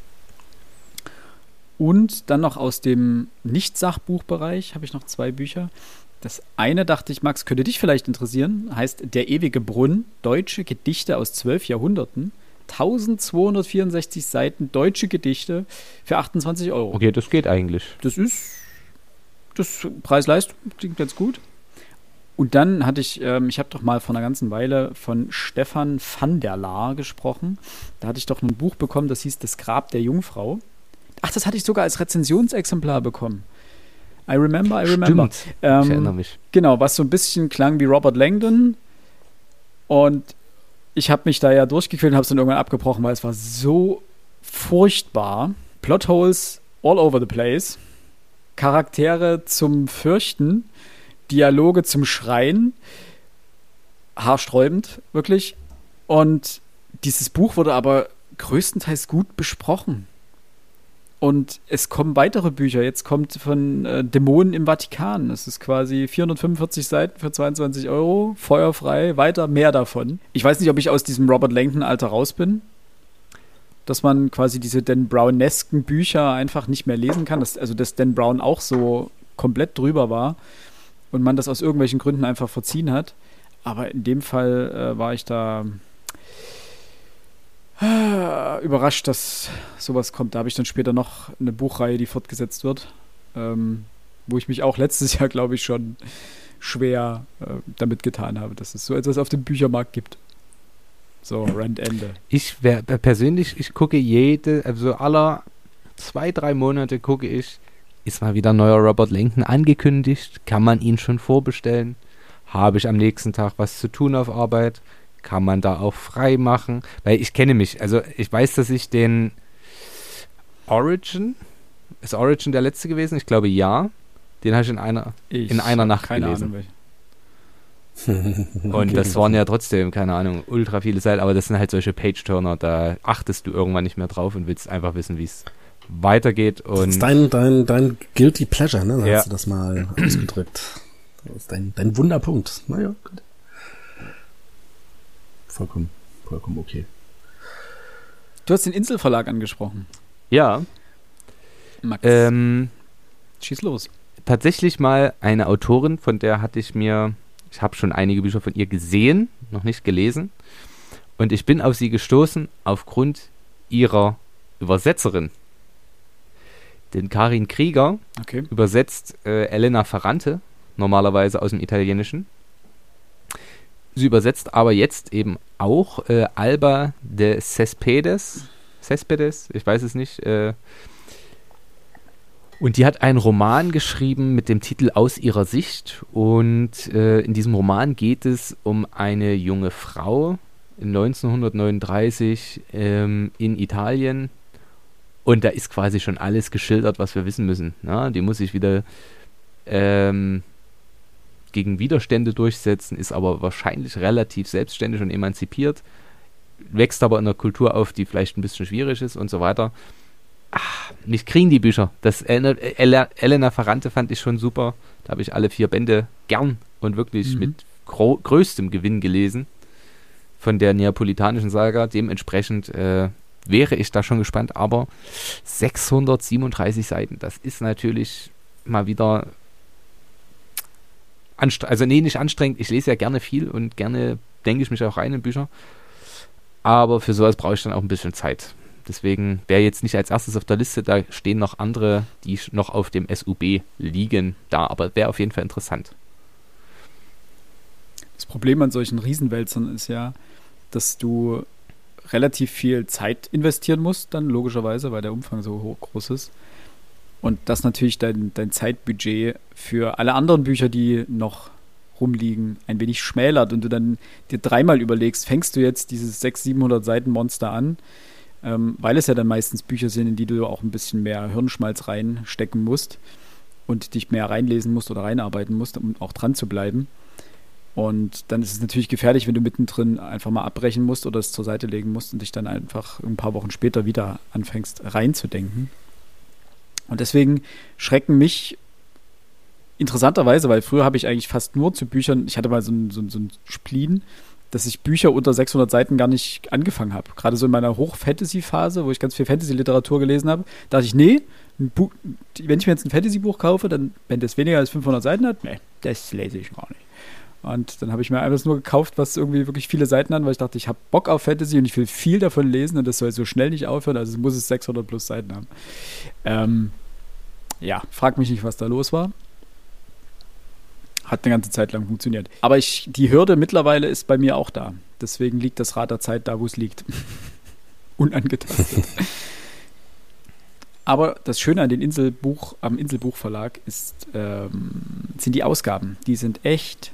Und dann noch aus dem Nicht-Sachbuchbereich habe ich noch zwei Bücher. Das eine, dachte ich, Max, könnte dich vielleicht interessieren, heißt Der ewige Brunnen, deutsche Gedichte aus zwölf Jahrhunderten. eintausendzweihundertvierundsechzig Seiten deutsche Gedichte für achtundzwanzig Euro. Okay, das geht eigentlich. Das ist, das Preis-Leistung klingt ganz gut. Und dann hatte ich, ähm, ich habe doch mal vor einer ganzen Weile von Stefan van der Laar gesprochen. Da hatte ich doch ein Buch bekommen, das hieß Das Grab der Jungfrau. Ach, das hatte ich sogar als Rezensionsexemplar bekommen. I remember, I remember. Stimmt, ähm, ich erinnere mich. Genau, was so ein bisschen klang wie Robert Langdon. Und ich habe mich da ja durchgequält und habe es dann irgendwann abgebrochen, weil es war so furchtbar. Plotholes all over the place. Charaktere zum Fürchten. Dialoge zum Schreien. Haarsträubend, wirklich. Und dieses Buch wurde aber größtenteils gut besprochen. Und es kommen weitere Bücher. Jetzt kommt von äh, Dämonen im Vatikan. Das ist quasi vierhundertfünfundvierzig Seiten für zweiundzwanzig Euro. Feuerfrei, weiter, mehr davon. Ich weiß nicht, ob ich aus diesem Robert Langdon-Alter raus bin. Dass man quasi diese Dan Brownesken Bücher einfach nicht mehr lesen kann. Das, also, dass Dan Brown auch so komplett drüber war. Und man das aus irgendwelchen Gründen einfach verziehen hat. Aber in dem Fall äh, war ich da äh, überrascht, dass sowas kommt. Da habe ich dann später noch eine Buchreihe, die fortgesetzt wird, ähm, wo ich mich auch letztes Jahr, glaube ich, schon schwer äh, damit getan habe, dass es so etwas auf dem Büchermarkt gibt. So, Randende. Ich wär, persönlich, ich gucke jede, also aller zwei, drei Monate gucke ich, ist mal wieder ein neuer Robert Langdon angekündigt? Kann man ihn schon vorbestellen? Habe ich am nächsten Tag was zu tun auf Arbeit? Kann man da auch frei machen? Weil ich kenne mich, also ich weiß, dass ich den Origin, ist Origin der letzte gewesen? Ich glaube ja. Den habe ich in einer, ich in einer Nacht keine gelesen. Ahnung, Und Okay, das waren ja trotzdem, keine Ahnung, ultra viele Seiten, aber das sind halt solche Page-Turner, da achtest du irgendwann nicht mehr drauf und willst einfach wissen, wie es weitergeht. Und das ist dein, dein, dein Guilty Pleasure, ne? Da ja. hast du das mal ausgedrückt. Das ist dein, dein Wunderpunkt. Naja, gut. Vollkommen, vollkommen okay. Du hast den Inselverlag angesprochen. Ja. Max, Ähm, schieß los. tatsächlich mal eine Autorin, von der hatte ich mir, ich habe schon einige Bücher von ihr gesehen, noch nicht gelesen. Und ich bin auf sie gestoßen aufgrund ihrer Übersetzerin. Denn Karin Krieger Okay. übersetzt äh, Elena Ferrante, normalerweise aus dem Italienischen. Sie übersetzt aber jetzt eben auch äh, Alba de Cespedes. Cespedes, ich weiß es nicht. Äh, und die hat einen Roman geschrieben mit dem Titel Aus ihrer Sicht. Und äh, in diesem Roman geht es um eine junge Frau in neunzehnhundertneununddreißig ähm, in Italien. Und da ist quasi schon alles geschildert, was wir wissen müssen. Na, die muss sich wieder ähm, gegen Widerstände durchsetzen, ist aber wahrscheinlich relativ selbstständig und emanzipiert, wächst aber in einer Kultur auf, die vielleicht ein bisschen schwierig ist und so weiter. Ach, mich kriegen die Bücher. Das Elena, Elena Ferrante fand ich schon super. Da habe ich alle vier Bände gern und wirklich Mhm. mit gro- größtem Gewinn gelesen von der neapolitanischen Saga. Dementsprechend äh, wäre ich da schon gespannt, aber sechshundertsiebenunddreißig Seiten, das ist natürlich mal wieder anstre- also nee, nicht anstrengend. Ich lese ja gerne viel und gerne denke ich mich auch rein in Bücher, aber für sowas brauche ich dann auch ein bisschen Zeit. Deswegen wäre jetzt nicht als erstes auf der Liste, da stehen noch andere, die sch- noch auf dem S U B liegen da, aber wäre auf jeden Fall interessant. Das Problem an solchen Riesenwälzern ist ja, dass du relativ viel Zeit investieren musst, dann logischerweise, weil der Umfang so hoch groß ist. Und das natürlich dein, dein Zeitbudget für alle anderen Bücher, die noch rumliegen, ein wenig schmälert und du dann dir dreimal überlegst, fängst du jetzt dieses sechshundert, siebenhundert Seiten Monster an, ähm, weil es ja dann meistens Bücher sind, in die du auch ein bisschen mehr Hirnschmalz reinstecken musst und dich mehr reinlesen musst oder reinarbeiten musst, um auch dran zu bleiben. Und dann ist es natürlich gefährlich, wenn du mittendrin einfach mal abbrechen musst oder es zur Seite legen musst und dich dann einfach ein paar Wochen später wieder anfängst reinzudenken. Und deswegen schrecken mich interessanterweise, weil früher habe ich eigentlich fast nur zu Büchern, ich hatte mal so ein, so ein, so ein Spleen, dass ich Bücher unter sechshundert Seiten gar nicht angefangen habe. Gerade so in meiner Hoch-Fantasy-Phase, wo ich ganz viel Fantasy-Literatur gelesen habe, dachte ich, nee, ein Buch, wenn ich mir jetzt ein Fantasy-Buch kaufe, dann, wenn das weniger als fünfhundert Seiten hat, nee, das lese ich gar nicht. Und dann habe ich mir einfach nur gekauft, was irgendwie wirklich viele Seiten hat, weil ich dachte, ich habe Bock auf Fantasy und ich will viel davon lesen und das soll so schnell nicht aufhören, also muss es sechshundert plus Seiten haben. Ähm, ja, frag mich nicht, was da los war. Hat eine ganze Zeit lang funktioniert. Aber ich, die Hürde mittlerweile ist bei mir auch da. Deswegen liegt das Rad der Zeit da, wo es liegt. Unangetastet. Aber das Schöne an den Inselbuch, am Inselbuchverlag ist, ähm, sind die Ausgaben. Die sind echt,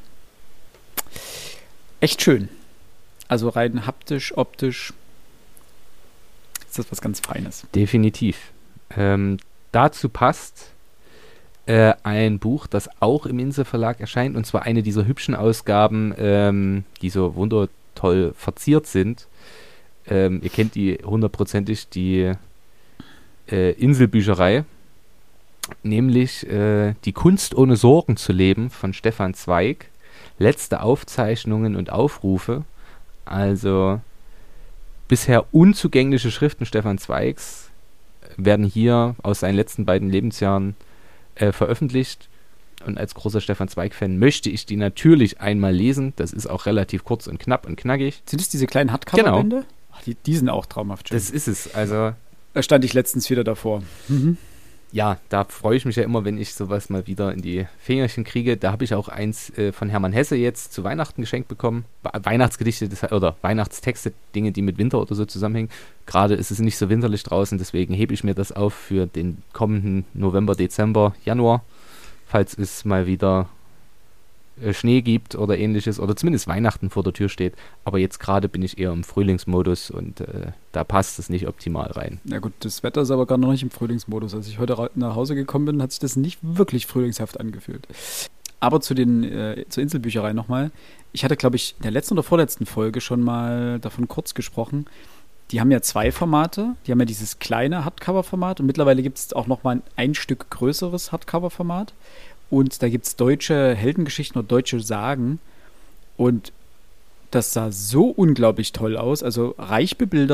echt schön. Also rein haptisch, optisch ist das was ganz Feines. Definitiv. Ähm, dazu passt äh, ein Buch, das auch im Inselverlag erscheint, und zwar eine dieser hübschen Ausgaben, ähm, die so wundertoll verziert sind. Ähm, ihr kennt die hundertprozentig, die äh, Inselbücherei, nämlich äh, Die Kunst ohne Sorgen zu leben von Stefan Zweig. Letzte Aufzeichnungen und Aufrufe. Also bisher unzugängliche Schriften Stefan Zweigs werden hier aus seinen letzten beiden Lebensjahren äh, veröffentlicht. Und als großer Stefan Zweig-Fan möchte ich die natürlich einmal lesen. Das ist auch relativ kurz und knapp und knackig. Sind es diese kleinen Hardcover-Bände? Genau. Ach, die, die sind auch traumhaft schön. Das ist es. Also Da stand ich letztens wieder davor. Mhm. ja, da freue ich mich ja immer, wenn ich sowas mal wieder in die Fingerchen kriege. Da habe ich auch eins äh, von Hermann Hesse jetzt zu Weihnachten geschenkt bekommen. We- Weihnachtsgedichte das, oder Weihnachtstexte, Dinge, die mit Winter oder so zusammenhängen. Gerade ist es nicht so winterlich draußen, deswegen hebe ich mir das auf für den kommenden November, Dezember, Januar, falls es mal wieder äh, Schnee gibt oder ähnliches oder zumindest Weihnachten vor der Tür steht. Aber jetzt gerade bin ich eher im Frühlingsmodus und äh, da passt es nicht optimal rein. Na gut, das Wetter ist aber gar noch nicht im Frühlingsmodus. Als ich heute ra- nach Hause gekommen bin, hat sich das nicht wirklich frühlingshaft angefühlt. Aber zu den, äh, zur Inselbücherei nochmal. Ich hatte, glaube ich, in der letzten oder vorletzten Folge schon mal davon kurz gesprochen. Die haben ja zwei Formate. Die haben ja dieses kleine Hardcover-Format und mittlerweile gibt es auch nochmal ein, ein Stück größeres Hardcover-Format. Und da gibt es deutsche Heldengeschichten oder deutsche Sagen. Und das sah so unglaublich toll aus. Also reich bebildert,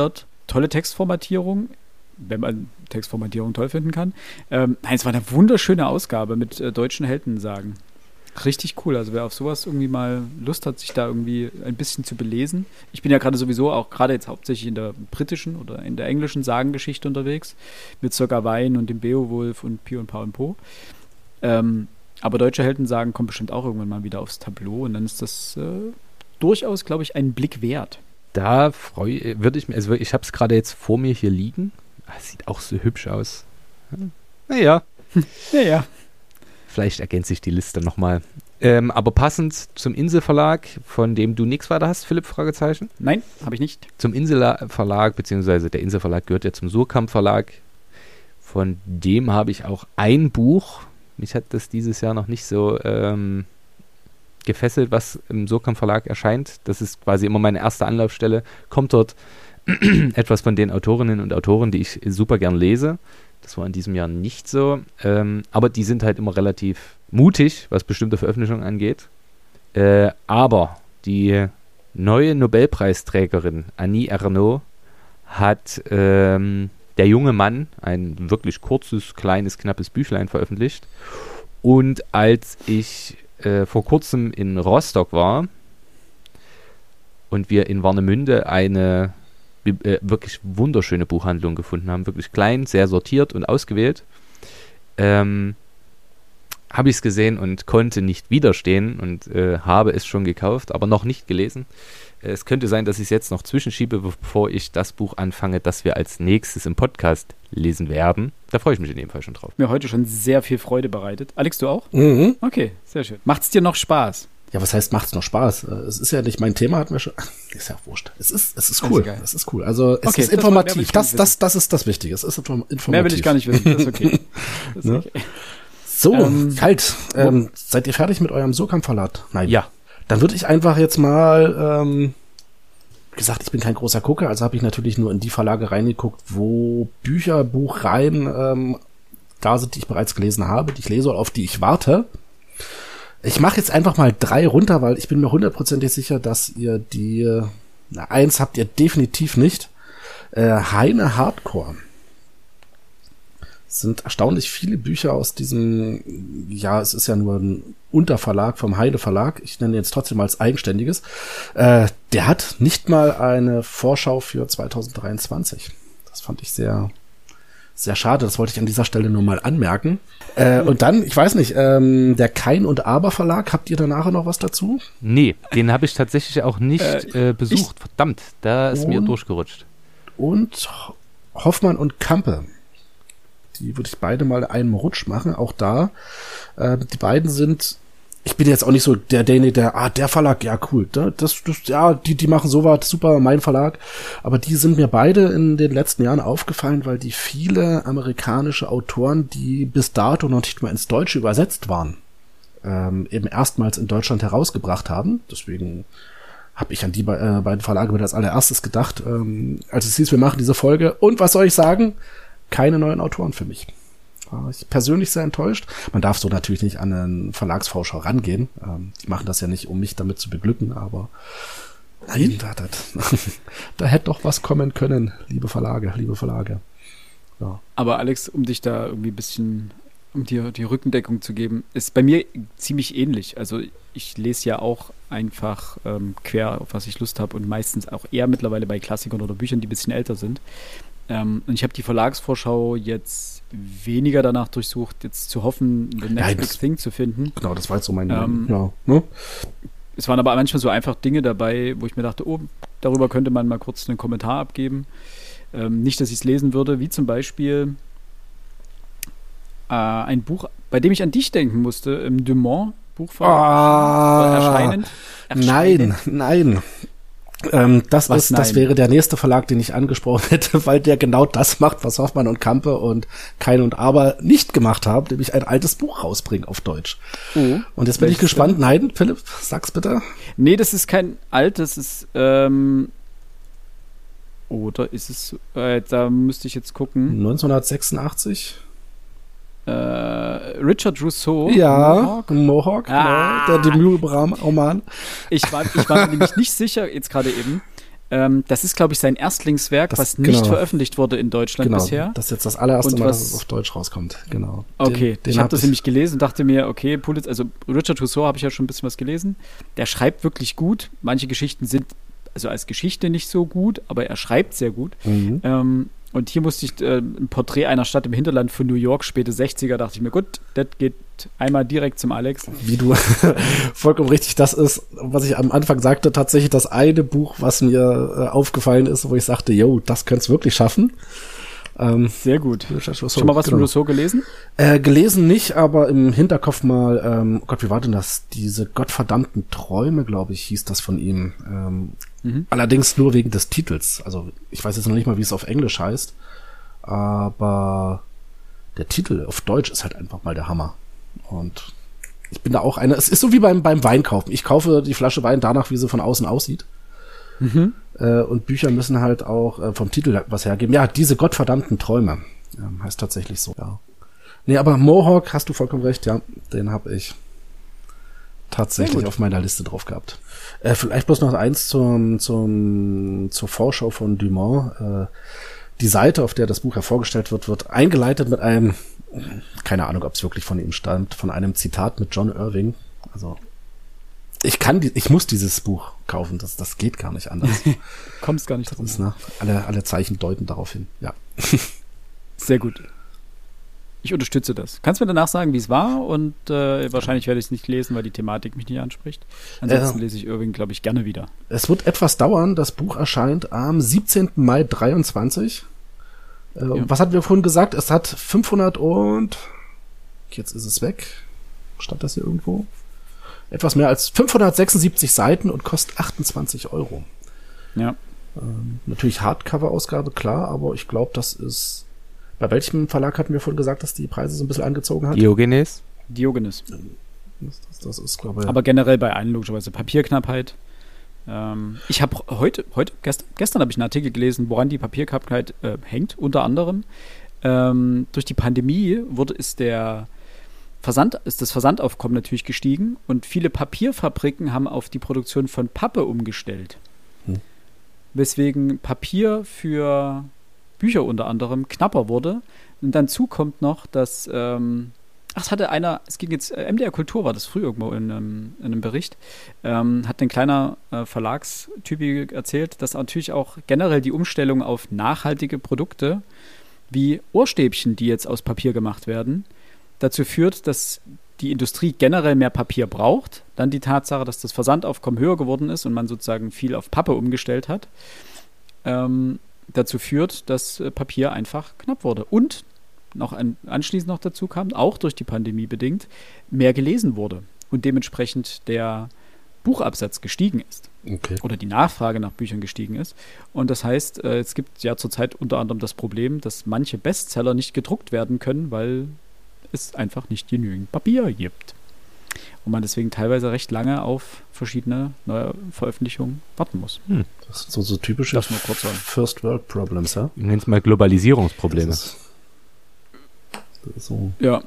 tolle Textformatierung, wenn man Textformatierung toll finden kann. Ähm, nein, es war eine wunderschöne Ausgabe mit äh, deutschen Heldensagen. Richtig cool. Also wer auf sowas irgendwie mal Lust hat, sich da irgendwie ein bisschen zu belesen. Ich bin ja gerade sowieso auch gerade jetzt hauptsächlich in der britischen oder in der englischen Sagengeschichte unterwegs. Mit Sir Gawain und dem Beowulf und Pi und Pa und Po. Ähm, aber deutsche Heldensagen kommen bestimmt auch irgendwann mal wieder aufs Tableau. Und dann ist das äh, durchaus, glaube ich, einen Blick wert. Da freue würde ich mir, also ich habe es gerade jetzt vor mir hier liegen. Das sieht auch so hübsch aus. Naja. Naja. Vielleicht ergänze ich die Liste nochmal. Ähm, aber passend zum Inselverlag, von dem du nichts weiter hast, Philipp, Fragezeichen? Nein, habe ich nicht. Zum Inselverlag, beziehungsweise der Inselverlag gehört ja zum Surkamp Verlag. Von dem habe ich auch ein Buch. Mich hat das dieses Jahr noch nicht so ähm, gefesselt, was im Surkamp Verlag erscheint. Das ist quasi immer meine erste Anlaufstelle. Kommt dort etwas von den Autorinnen und Autoren, die ich super gern lese. Das war in diesem Jahr nicht so. Ähm, aber die sind halt immer relativ mutig, was bestimmte Veröffentlichungen angeht. Äh, aber die neue Nobelpreisträgerin Annie Ernaux hat ähm, Der junge Mann, ein wirklich kurzes, kleines, knappes Büchlein veröffentlicht. Und als ich äh, vor kurzem in Rostock war und wir in Warnemünde eine äh, wirklich wunderschöne Buchhandlung gefunden haben, wirklich klein, sehr sortiert und ausgewählt, ähm, habe ich es gesehen und konnte nicht widerstehen und äh, habe es schon gekauft, aber noch nicht gelesen. Es könnte sein, dass ich es jetzt noch zwischenschiebe, bevor ich das Buch anfange, das wir als nächstes im Podcast lesen werden. Da freue ich mich in dem Fall schon drauf. Mir heute schon sehr viel Freude bereitet. Alex, du auch? Mhm. Okay, sehr schön. Macht's dir noch Spaß? Ja, was heißt, macht's noch Spaß? Es ist ja nicht mein Thema, hatten wir schon. Ist ja wurscht. Es ist, es ist cool. Es ist cool. Also, es okay, ist informativ. Das, das, das ist das Wichtige. Es ist informativ. Mehr will ich gar nicht wissen. Das ist okay. Das ist ne? okay. So, ähm, kalt. Ähm, seid ihr fertig mit eurem Surkamp-Verlag? Nein. Ja. Dann würde ich einfach jetzt mal, ähm, wie gesagt, ich bin kein großer Gucker, also habe ich natürlich nur in die Verlage reingeguckt, wo Bücher, Buchreihen ähm, da sind, die ich bereits gelesen habe, die ich lese oder auf die ich warte. Ich mache jetzt einfach mal drei runter, weil ich bin mir hundertprozentig sicher, dass ihr die, na, eins habt ihr definitiv nicht. Äh, Heine Hardcore. Es sind erstaunlich viele Bücher aus diesem, ja, es ist ja nur ein Unterverlag vom Heine Verlag. Ich nenne ihn jetzt trotzdem mal als eigenständiges. Äh, der hat nicht mal eine Vorschau für zwanzig dreiundzwanzig. Das fand ich sehr, sehr schade. Das wollte ich an dieser Stelle nur mal anmerken. Äh, und dann, ich weiß nicht, ähm, der Kein und Aber Verlag, habt ihr da nachher noch was dazu? Nee, den habe ich tatsächlich auch nicht äh, äh, besucht. Ich, Verdammt, da ist und, mir durchgerutscht. Und Hoffmann und Campe. Die würde ich beide mal in einem Rutsch machen. Auch da, äh, die beiden sind, ich bin jetzt auch nicht so der, derjenige, der, ah, der Verlag, ja, cool, das, das, ja, die, die machen sowas, super, mein Verlag. Aber die sind mir beide in den letzten Jahren aufgefallen, weil die viele amerikanische Autoren, die bis dato noch nicht mal ins Deutsche übersetzt waren, ähm, eben erstmals in Deutschland herausgebracht haben. Deswegen habe ich an die be- äh, beiden Verlage mit als allererstes gedacht, ähm, als es hieß, wir machen diese Folge. Und was soll ich sagen? Keine neuen Autoren für mich. War ich persönlich sehr enttäuscht. Man darf so natürlich nicht an einen Verlagsvorschau rangehen. Ähm, die machen das ja nicht, um mich damit zu beglücken, aber nein, da, da, da hätte doch was kommen können, liebe Verlage, liebe Verlage. Ja. Aber Alex, um dich da irgendwie ein bisschen, um dir die Rückendeckung zu geben, ist bei mir ziemlich ähnlich. Also ich lese ja auch einfach ähm, quer, auf was ich Lust habe und meistens auch eher mittlerweile bei Klassikern oder Büchern, die ein bisschen älter sind. Ähm, und ich habe die Verlagsvorschau jetzt weniger danach durchsucht, jetzt zu hoffen, the next Ja, big thing zu finden. Genau, das war jetzt so mein, Ähm, ja, ne? Es waren aber manchmal so einfach Dinge dabei, wo ich mir dachte, oh, darüber könnte man mal kurz einen Kommentar abgeben. Ähm, nicht, dass ich es lesen würde, wie zum Beispiel äh, ein Buch, bei dem ich an dich denken musste, im Dumont Buchverlag. Ah, erscheinend, erscheinend. Nein, nein. Ähm, das Was, ist, nein? das wäre der nächste Verlag, den ich angesprochen hätte, weil der genau das macht, was Hoffmann und Campe und Kein und Aber nicht gemacht haben, nämlich ein altes Buch rausbringen auf Deutsch. Oh, und jetzt bin ich gespannt. Nein, Philipp, sag's bitte. Nee, das ist kein altes, ist, ähm, oder ist es, äh, da müsste ich jetzt gucken. neunzehnhundertsechsundachtzig? Äh, Richard Rousseau. Ja, Mohawk. Mohawk, Ah. genau, der Debütroman. Ich war, ich war mir nämlich nicht sicher, jetzt gerade eben, Ähm, das ist, glaube ich, sein Erstlingswerk, Das- was nicht genau. veröffentlicht wurde in Deutschland Genau, bisher. das ist jetzt das allererste Und Mal, was- dass es auf Deutsch rauskommt. Genau. Okay, Den, den ich habe hab das nämlich gelesen und dachte mir, okay, Pulitzer, also Richard Rousseau habe ich ja schon ein bisschen was gelesen. Der schreibt wirklich gut. Manche Geschichten sind also als Geschichte nicht so gut, aber er schreibt sehr gut. Mhm. Ähm, und hier musste ich äh, ein Porträt einer Stadt im Hinterland von New York, späte sechziger, dachte ich mir, gut, das geht einmal direkt zum Alex. Wie du vollkommen richtig, das ist, was ich am Anfang sagte, tatsächlich das eine Buch, was mir äh, aufgefallen ist, wo ich sagte, yo, das könnt's wirklich schaffen. Ähm, Sehr gut. Richard Rousseau, Schon mal was genau. von Rousseau gelesen? Äh, gelesen nicht, aber im Hinterkopf mal, ähm, oh Gott, wie war denn das? Diese gottverdammten Träume, glaube ich, hieß das von ihm. Ähm, Mhm. Allerdings nur wegen des Titels. Also ich weiß jetzt noch nicht mal, wie es auf Englisch heißt, aber der Titel auf Deutsch ist halt einfach mal der Hammer. Und ich bin da auch einer, es ist so wie beim, beim Weinkaufen. Ich kaufe die Flasche Wein danach, wie sie von außen aussieht. Mhm. Äh, und Bücher müssen halt auch äh, vom Titel was hergeben. Ja, diese gottverdammten Träume. Ähm, heißt tatsächlich so, ja. Nee, aber Mohawk, hast du vollkommen recht, ja, den habe ich tatsächlich auf meiner Liste drauf gehabt. Äh, vielleicht bloß noch eins zum, zum, zur Vorschau von Dumont. Äh, die Seite, auf der das Buch hervorgestellt wird, wird eingeleitet mit einem, keine Ahnung, ob es wirklich von ihm stammt, von einem Zitat mit John Irving. Also, ich kann, die, ich muss dieses Buch kaufen, das, das geht gar nicht anders. Kommst gar nicht Das drum. ist, ne, alle, alle Zeichen deuten darauf hin, ja. Sehr gut. Ich unterstütze das. Kannst du mir danach sagen, wie es war? Und äh, wahrscheinlich werde ich es nicht lesen, weil die Thematik mich nicht anspricht. Ansonsten Äh. lese ich Irving, glaube ich, gerne wieder. Es wird etwas dauern, das Buch erscheint am siebzehnten Mai dreiundzwanzig. Äh, Ja. Was hatten wir vorhin gesagt? Es hat fünfhundert und, jetzt ist es weg, stand das hier irgendwo? Etwas mehr als fünfhundertsechsundsiebzig Seiten und kostet achtundzwanzig Euro. Ja. Ähm, natürlich Hardcover-Ausgabe, klar, aber ich glaube, das ist, bei welchem Verlag hatten wir vorhin gesagt, dass die Preise so ein bisschen angezogen hat? Diogenes. Diogenes. Das, das, das ist, glaube ich, Aber generell bei allen logischerweise Papierknappheit. Ähm, ich habe heute, heute, gestern, gestern habe ich einen Artikel gelesen, woran die Papierknappheit äh, hängt, unter anderem. Ähm, durch die Pandemie wurde, ist der Versand, ist das Versandaufkommen natürlich gestiegen und viele Papierfabriken haben auf die Produktion von Pappe umgestellt. Hm. Weswegen Papier für Bücher unter anderem knapper wurde. Und dazu kommt noch, dass ähm, ach, es hatte einer, es ging jetzt, äh, M D R Kultur war das früh irgendwo in einem, in einem Bericht, ähm, hat ein kleiner äh, Verlagstypi erzählt, dass natürlich auch generell die Umstellung auf nachhaltige Produkte wie Ohrstäbchen, die jetzt aus Papier gemacht werden, dazu führt, dass die Industrie generell mehr Papier braucht. Dann die Tatsache, dass das Versandaufkommen höher geworden ist und man sozusagen viel auf Pappe umgestellt hat, ähm, dazu führt, dass äh, Papier einfach knapp wurde. Und noch ein, anschließend noch dazu kam, auch durch die Pandemie bedingt, mehr gelesen wurde und dementsprechend der Buchabsatz gestiegen ist okay. oder die Nachfrage nach Büchern gestiegen ist. Und das heißt, äh, es gibt ja zurzeit unter anderem das Problem, dass manche Bestseller nicht gedruckt werden können, weil es einfach nicht genügend Papier gibt. Und man deswegen teilweise recht lange auf verschiedene neue Veröffentlichungen warten muss. Hm. Das sind so, so typische Das nur kurz sagen. First World Problems, ja? Ich nenne es mal Globalisierungsprobleme. Das ist, das ist so. Ja,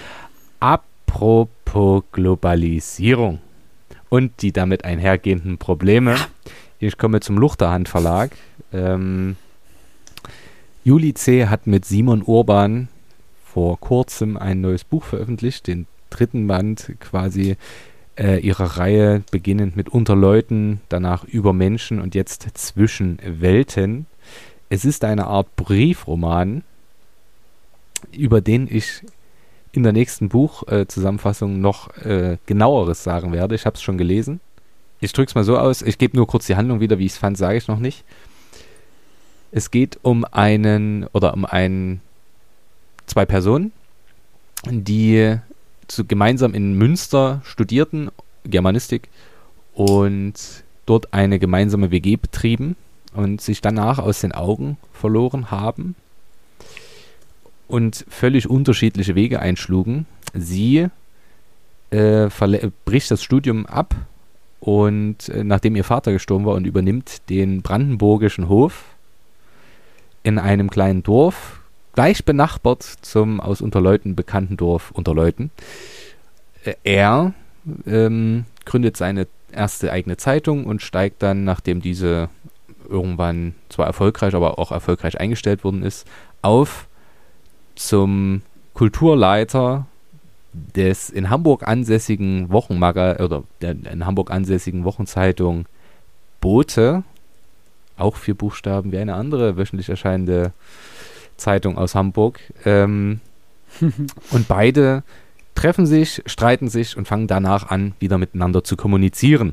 Apropos Globalisierung und die damit einhergehenden Probleme. Ich komme zum Luchterhand Verlag. Ähm, Juli C. hat mit Simon Urban vor kurzem ein neues Buch veröffentlicht, den dritten Band quasi äh, ihrer Reihe, beginnend mit Unter Leuten, danach Über Menschen und jetzt Zwischen Welten. Es ist eine Art Briefroman, über den ich in der nächsten Buchzusammenfassung äh, noch äh, genaueres sagen werde. Ich habe es schon gelesen. Ich drücke es mal so aus, ich gebe nur kurz die Handlung wieder, wie ich es fand, sage ich noch nicht. Es geht um einen, oder um einen, zwei Personen, die zu, gemeinsam in Münster studierten, Germanistik, und dort eine gemeinsame W G betrieben und sich danach aus den Augen verloren haben und völlig unterschiedliche Wege einschlugen. Sie äh, verle- bricht das Studium ab und äh, nachdem ihr Vater gestorben war und übernimmt den brandenburgischen Hof in einem kleinen Dorf, gleich benachbart zum aus Unterleuten bekannten Dorf Unterleuten. Äh, er ähm, gründet seine erste eigene Zeitung und steigt dann, nachdem diese irgendwann zwar erfolgreich, aber auch erfolgreich eingestellt worden ist, auf zum Kulturleiter des in Hamburg ansässigen Wochenmaga oder der in Hamburg ansässigen Wochenzeitung Bote, auch vier Buchstaben wie eine andere wöchentlich erscheinende Zeitung aus Hamburg. Ähm, und beide treffen sich, streiten sich und fangen danach an, wieder miteinander zu kommunizieren.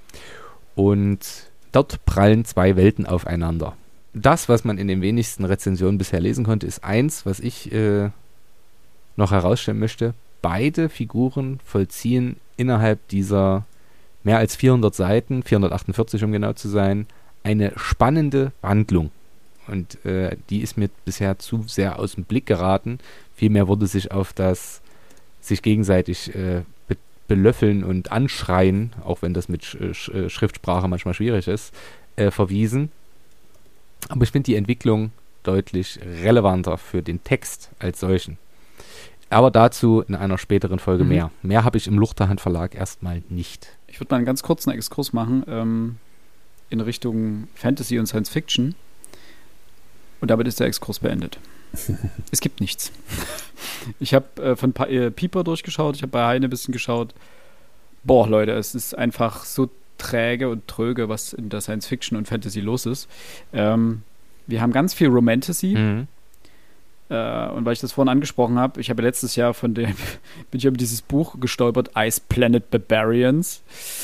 Und dort prallen zwei Welten aufeinander. Das, was man in den wenigsten Rezensionen bisher lesen konnte, ist eins, was ich äh, noch herausstellen möchte. Beide Figuren vollziehen innerhalb dieser mehr als vierhundert Seiten, vierhundertachtundvierzig um genau zu sein, eine spannende Wandlung. Und äh, die ist mir bisher zu sehr aus dem Blick geraten. Vielmehr wurde sich auf das sich gegenseitig äh, be- belöffeln und anschreien, auch wenn das mit Sch- Sch- Schriftsprache manchmal schwierig ist, äh, verwiesen. Aber ich finde die Entwicklung deutlich relevanter für den Text als solchen. Aber dazu in einer späteren Folge mhm. mehr. Mehr habe ich im Luchterhand Verlag erstmal nicht. Ich würde mal einen ganz kurzen Exkurs machen ähm, in Richtung Fantasy und Science Fiction. Und damit ist der Exkurs beendet. Es gibt nichts. Ich habe äh, von pa- äh, Pieper durchgeschaut, ich habe bei Heine ein bisschen geschaut. Boah, Leute, es ist einfach so träge und tröge, was in der Science Fiction und Fantasy los ist. Ähm, wir haben ganz viel Romantasy. Mhm. Äh, und weil ich das vorhin angesprochen habe, ich habe letztes Jahr von dem, bin ich über dieses Buch gestolpert, Ice Planet Barbarians.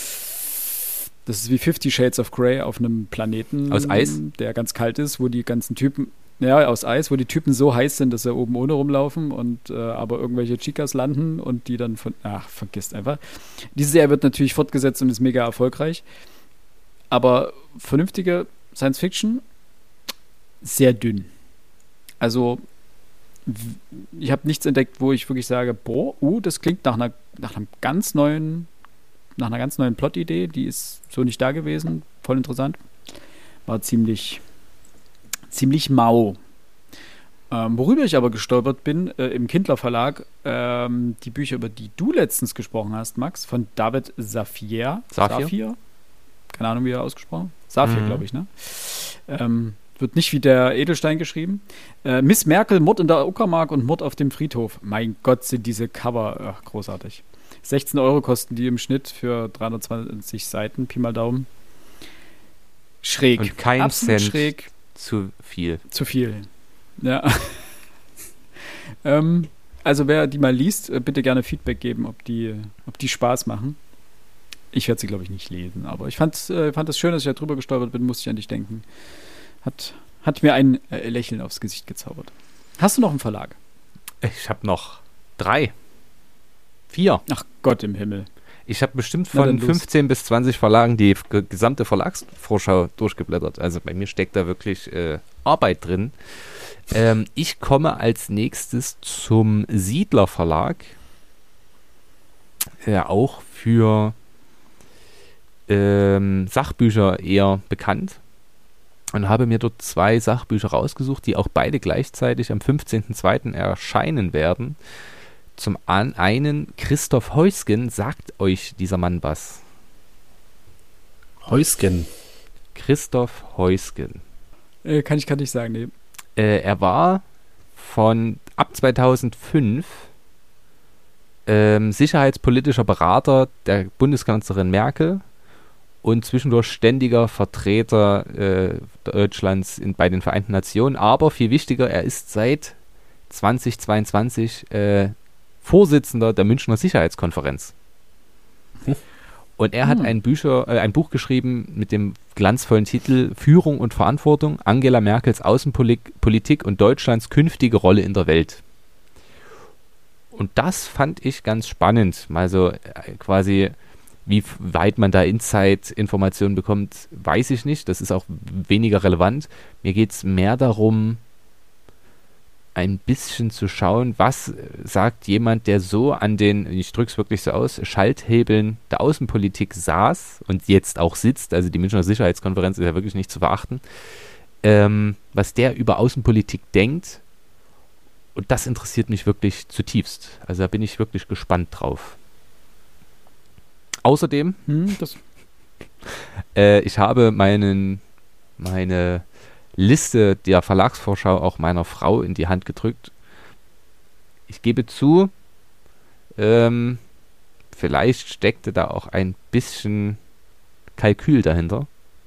Das ist wie Fifty Shades of Grey auf einem Planeten, aus Eis, der ganz kalt ist, wo die ganzen Typen, ja, aus Eis, wo die Typen so heiß sind, dass sie oben ohne rumlaufen und äh, aber irgendwelche Chicas landen und die dann von, ach, vergisst einfach. Diese Serie wird natürlich fortgesetzt und ist mega erfolgreich, aber vernünftige Science Fiction, sehr dünn. Also ich habe nichts entdeckt, wo ich wirklich sage, boah, uh, das klingt nach einer, nach einem ganz neuen, nach einer ganz neuen Plot-Idee, die ist so nicht da gewesen, voll interessant. War ziemlich, ziemlich mau. Ähm, worüber ich aber gestolpert bin, äh, im Kindler Verlag, ähm, die Bücher, über die du letztens gesprochen hast, Max, von David Safir. Safir? Safir? Keine Ahnung, wie er ausgesprochen. Safir, mhm. glaube ich, ne? Ähm, wird nicht wie der Edelstein geschrieben. Äh, Miss Merkel, Mord in der Uckermark und Mord auf dem Friedhof. Mein Gott, sind diese Cover ach, großartig. sechzehn Euro kosten die im Schnitt für dreihundertzwanzig Seiten, Pi mal Daumen. Schräg. Und kein Absolut Cent schräg. zu viel. Zu viel. Ja. ähm, also wer die mal liest, bitte gerne Feedback geben, ob die, ob die Spaß machen. Ich werde sie, glaube ich, nicht lesen, aber ich fand es äh, fand es schön, dass ich da drüber gestolpert bin, musste ich an dich denken. Hat, hat mir ein äh, Lächeln aufs Gesicht gezaubert. Hast du noch einen Verlag? Ich habe noch drei. Vier. Ach Gott im Himmel. Ich habe bestimmt von fünfzehn bis zwanzig Verlagen die g- gesamte Verlagsvorschau durchgeblättert. Also bei mir steckt da wirklich äh, Arbeit drin. Ähm, ich komme als nächstes zum Siedler Verlag. Ja, auch für ähm, Sachbücher eher bekannt. Und habe mir dort zwei Sachbücher rausgesucht, die auch beide gleichzeitig am fünfzehnten zweiten erscheinen werden. Zum einen Christoph Heusgen. Sagt euch dieser Mann was? Heusgen. Christoph Heusgen. Äh, kann ich gar nicht sagen, nee. Äh, er war von ab zweitausendfünf ähm, sicherheitspolitischer Berater der Bundeskanzlerin Merkel und zwischendurch ständiger Vertreter äh, Deutschlands in, bei den Vereinten Nationen. Aber viel wichtiger, er ist seit zweitausendzweiundzwanzig äh, Vorsitzender der Münchner Sicherheitskonferenz. Hm. Und er hat hm. ein, Bücher, äh, ein Buch geschrieben mit dem glanzvollen Titel Führung und Verantwortung, Angela Merkels Außenpolitik und Deutschlands künftige Rolle in der Welt. Und das fand ich ganz spannend. Also äh, quasi, wie weit man da Inside-Informationen bekommt, weiß ich nicht. Das ist auch weniger relevant. Mir geht es mehr darum, ein bisschen zu schauen, was sagt jemand, der so an den, ich drücke es wirklich so aus, Schalthebeln der Außenpolitik saß und jetzt auch sitzt, also die Münchner Sicherheitskonferenz ist ja wirklich nicht zu verachten, ähm, was der über Außenpolitik denkt, und das interessiert mich wirklich zutiefst. Also da bin ich wirklich gespannt drauf. Außerdem, hm, das äh, ich habe meinen meine Liste der Verlagsvorschau auch meiner Frau in die Hand gedrückt. Ich gebe zu, ähm, vielleicht steckte da auch ein bisschen Kalkül dahinter.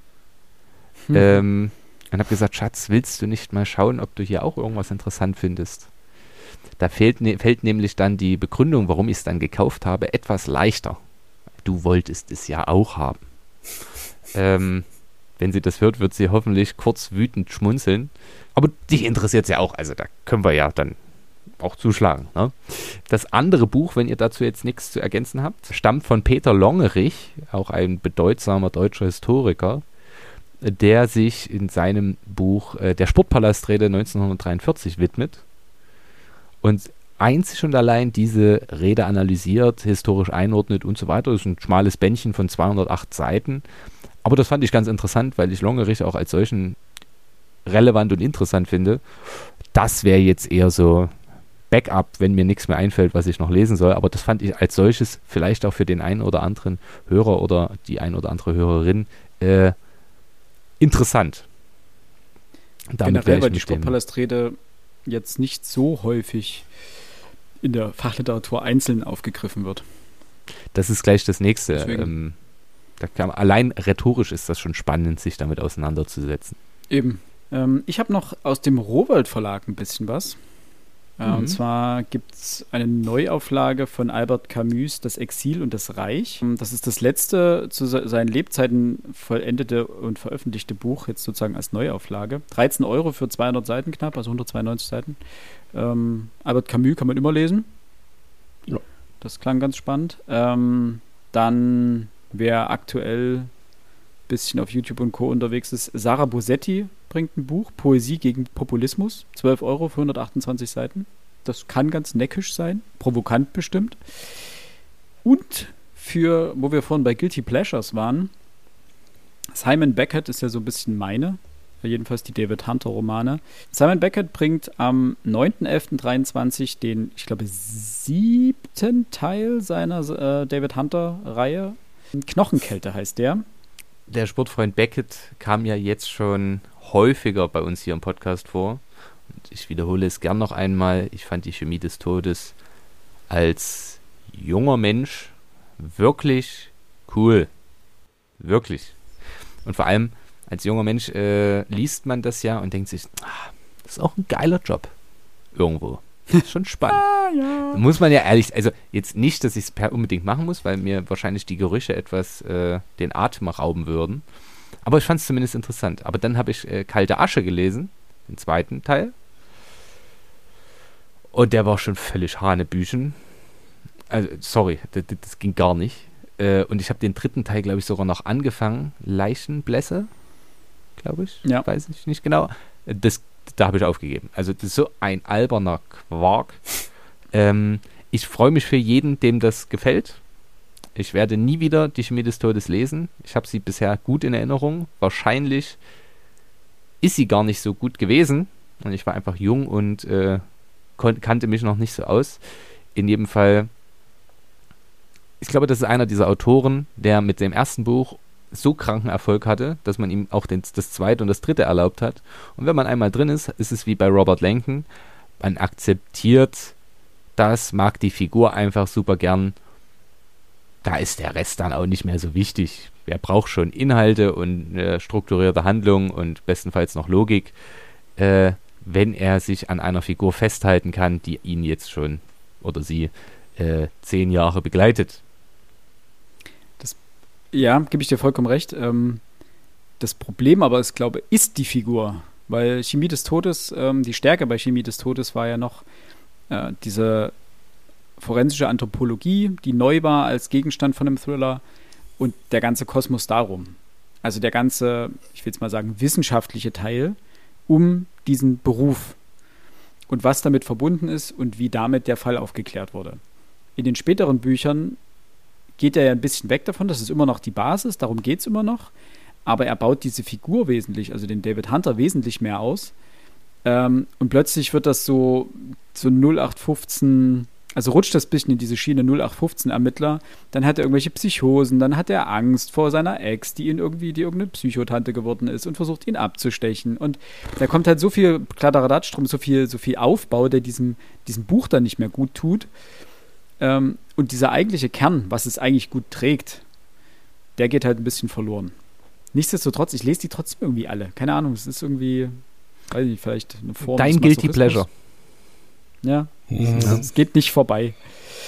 Hm. Ähm, und habe gesagt, Schatz, willst du nicht mal schauen, ob du hier auch irgendwas interessant findest? Da fehlt, ne, fällt nämlich dann die Begründung, warum ich es dann gekauft habe, etwas leichter. Du wolltest es ja auch haben. ähm, wenn sie das hört, wird sie hoffentlich kurz wütend schmunzeln. Aber dich interessiert es ja auch, also da können wir ja dann auch zuschlagen. Ne? Das andere Buch, wenn ihr dazu jetzt nichts zu ergänzen habt, stammt von Peter Longerich, auch ein bedeutsamer deutscher Historiker, der sich in seinem Buch äh, der Sportpalastrede neunzehnhundertdreiundvierzig widmet und einzig und allein diese Rede analysiert, historisch einordnet und so weiter. Das ist ein schmales Bändchen von zweihundertacht Seiten. Aber das fand ich ganz interessant, weil ich Longerich auch als solchen relevant und interessant finde. Das wäre jetzt eher so Backup, wenn mir nichts mehr einfällt, was ich noch lesen soll. Aber das fand ich als solches vielleicht auch für den einen oder anderen Hörer oder die ein oder andere Hörerin äh, interessant. Damit generell, weil die Sportpalastrede jetzt nicht so häufig in der Fachliteratur einzeln aufgegriffen wird. Das ist gleich das Nächste. Ähm, da kann, allein rhetorisch ist das schon spannend, sich damit auseinanderzusetzen. Eben. Ähm, ich habe noch aus dem Rowohlt Verlag ein bisschen was. Äh, mhm. Und zwar gibt es eine Neuauflage von Albert Camus, Das Exil und das Reich. Das ist das letzte zu seinen Lebzeiten vollendete und veröffentlichte Buch, jetzt sozusagen als Neuauflage. dreizehn Euro für zweihundert Seiten knapp, also hundertzweiundneunzig Seiten. Ähm, Albert Camus kann man immer lesen. Ja. Das klang ganz spannend. Ähm, dann, wer aktuell ein bisschen auf YouTube und Co. unterwegs ist, Sarah Bosetti bringt ein Buch, Poesie gegen Populismus, zwölf Euro für hundertachtundzwanzig Seiten. Das kann ganz neckisch sein, provokant bestimmt. Und für, wo wir vorhin bei Guilty Pleasures waren, Simon Beckett ist ja so ein bisschen meine, jedenfalls die David Hunter-Romane. Simon Beckett bringt am neunten elften dreiundzwanzig den, ich glaube, siebten Teil seiner äh, David Hunter-Reihe. Knochenkälte heißt der. Der Sportfreund Beckett kam ja jetzt schon häufiger bei uns hier im Podcast vor. Und ich wiederhole es gern noch einmal. Ich fand die Chemie des Todes als junger Mensch wirklich cool. Wirklich. Und vor allem als junger Mensch äh, liest man das ja und denkt sich, ah, das ist auch ein geiler Job. Irgendwo. Das ist schon spannend. ah, ja. Muss man ja ehrlich, also jetzt nicht, dass ich es unbedingt machen muss, weil mir wahrscheinlich die Gerüche etwas äh, den Atem rauben würden. Aber ich fand es zumindest interessant. Aber dann habe ich äh, Kalte Asche gelesen, den zweiten Teil. Und der war schon völlig hanebüchen. Also, sorry, das, das ging gar nicht. Äh, und ich habe den dritten Teil, glaube ich, sogar noch angefangen. Leichenblässe, glaube ich. Ja. Weiß ich nicht genau. Das Da habe ich aufgegeben. Also das ist so ein alberner Quark. ähm, ich freue mich für jeden, dem das gefällt. Ich werde nie wieder die Chemie des Todes lesen. Ich habe sie bisher gut in Erinnerung. Wahrscheinlich ist sie gar nicht so gut gewesen. Und ich war einfach jung und äh, kon- kannte mich noch nicht so aus. In jedem Fall, ich glaube, das ist einer dieser Autoren, der mit dem ersten Buch so kranken Erfolg hatte, dass man ihm auch den, das zweite und das dritte erlaubt hat. Und wenn man einmal drin ist, ist es wie bei Robert Langdon. Man akzeptiert das, mag die Figur einfach super gern. Da ist der Rest dann auch nicht mehr so wichtig. Wer braucht schon Inhalte und äh, strukturierte Handlung und bestenfalls noch Logik, äh, wenn er sich an einer Figur festhalten kann, die ihn jetzt schon oder sie äh, zehn Jahre begleitet. Ja, gebe ich dir vollkommen recht. Ähm, das Problem aber ist, glaube ich, ist die Figur. Weil Chemie des Todes, ähm, die Stärke bei Chemie des Todes war ja noch äh, diese forensische Anthropologie, die neu war als Gegenstand von einem Thriller und der ganze Kosmos darum. Also der ganze, ich will jetzt mal sagen, wissenschaftliche Teil um diesen Beruf und was damit verbunden ist und wie damit der Fall aufgeklärt wurde. In den späteren Büchern geht er ja ein bisschen weg davon, das ist immer noch die Basis, darum geht es immer noch, aber er baut diese Figur wesentlich, also den David Hunter wesentlich mehr aus ähm, und plötzlich wird das so, so null acht fünfzehn Also rutscht das bisschen in diese Schiene null acht fünfzehn Ermittler, dann hat er irgendwelche Psychosen, dann hat er Angst vor seiner Ex, die ihn irgendwie, die irgendeine Psychotante geworden ist und versucht ihn abzustechen. Und da kommt halt so viel Kladderadatsch drum, so viel, so viel Aufbau, der diesem, diesem Buch dann nicht mehr gut tut. Ähm, und dieser eigentliche Kern, was es eigentlich gut trägt, der geht halt ein bisschen verloren. Nichtsdestotrotz, ich lese die trotzdem irgendwie alle. Keine Ahnung, es ist irgendwie, weiß ich nicht, vielleicht eine Form Dein des Guilty Masochismus. Pleasure. Ja, Mhm. es, es geht nicht vorbei.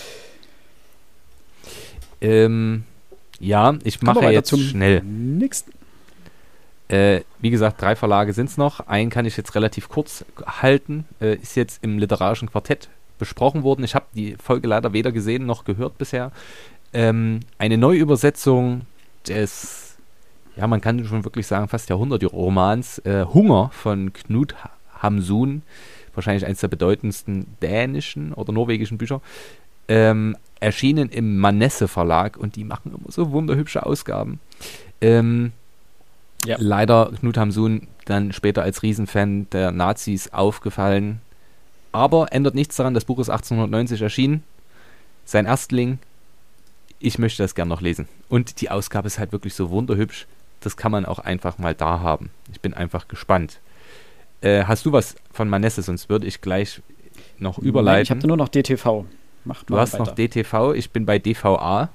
Ähm, ja, ich Kommen wir mache weiter jetzt zum schnell. Nächsten. Äh, wie gesagt, drei Verlage sind es noch. Einen kann ich jetzt relativ kurz halten. Äh, ist jetzt im literarischen Quartett besprochen worden. Ich habe die Folge leider weder gesehen noch gehört bisher. Ähm, eine Neuübersetzung des, ja, man kann schon wirklich sagen, fast Jahrhundert-Romans äh, Hunger von Knut Hamsun. Wahrscheinlich eines der bedeutendsten dänischen oder norwegischen Bücher. Ähm, erschienen im Manesse Verlag und die machen immer so wunderhübsche Ausgaben. Ähm, Ja. Leider Knut Hamsun dann später als Riesenfan der Nazis aufgefallen. Aber ändert nichts daran, das Buch ist achtzehnhundertneunzig erschienen. Sein Erstling. Ich möchte das gern noch lesen. Und die Ausgabe ist halt wirklich so wunderhübsch. Das kann man auch einfach mal da haben. Ich bin einfach gespannt. Äh, hast du was von Manesse? Sonst würde ich gleich noch überleiten. Nein, ich habe nur noch D T V. Mach Du mal hast weiter. noch D T V, ich bin bei D V A.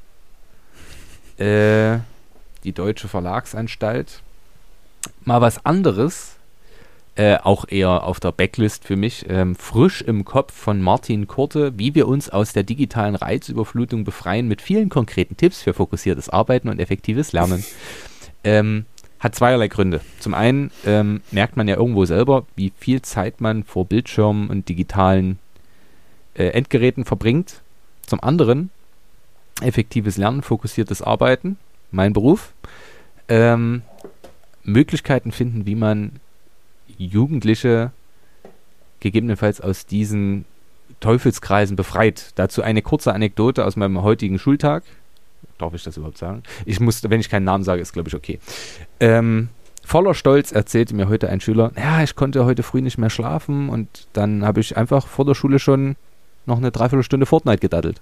Äh, die Deutsche Verlagsanstalt. Mal was anderes, äh, auch eher auf der Backlist für mich. Ähm, Frisch im Kopf von Martin Korte, wie wir uns aus der digitalen Reizüberflutung befreien, mit vielen konkreten Tipps für fokussiertes Arbeiten und effektives Lernen. ähm, hat zweierlei Gründe. Zum einen ähm, merkt man ja irgendwo selber, wie viel Zeit man vor Bildschirmen und digitalen äh, Endgeräten verbringt. Zum anderen effektives Lernen, fokussiertes Arbeiten, mein Beruf. Ähm, Möglichkeiten finden, wie man Jugendliche gegebenenfalls aus diesen Teufelskreisen befreit. Dazu eine kurze Anekdote aus meinem heutigen Schultag. Darf ich das überhaupt sagen? Ich muss, wenn ich keinen Namen sage, ist glaube ich okay. Ähm, voller Stolz erzählte mir heute ein Schüler, ja, ich konnte heute früh nicht mehr schlafen und dann habe ich einfach vor der Schule schon noch eine Dreiviertelstunde Fortnite gedaddelt.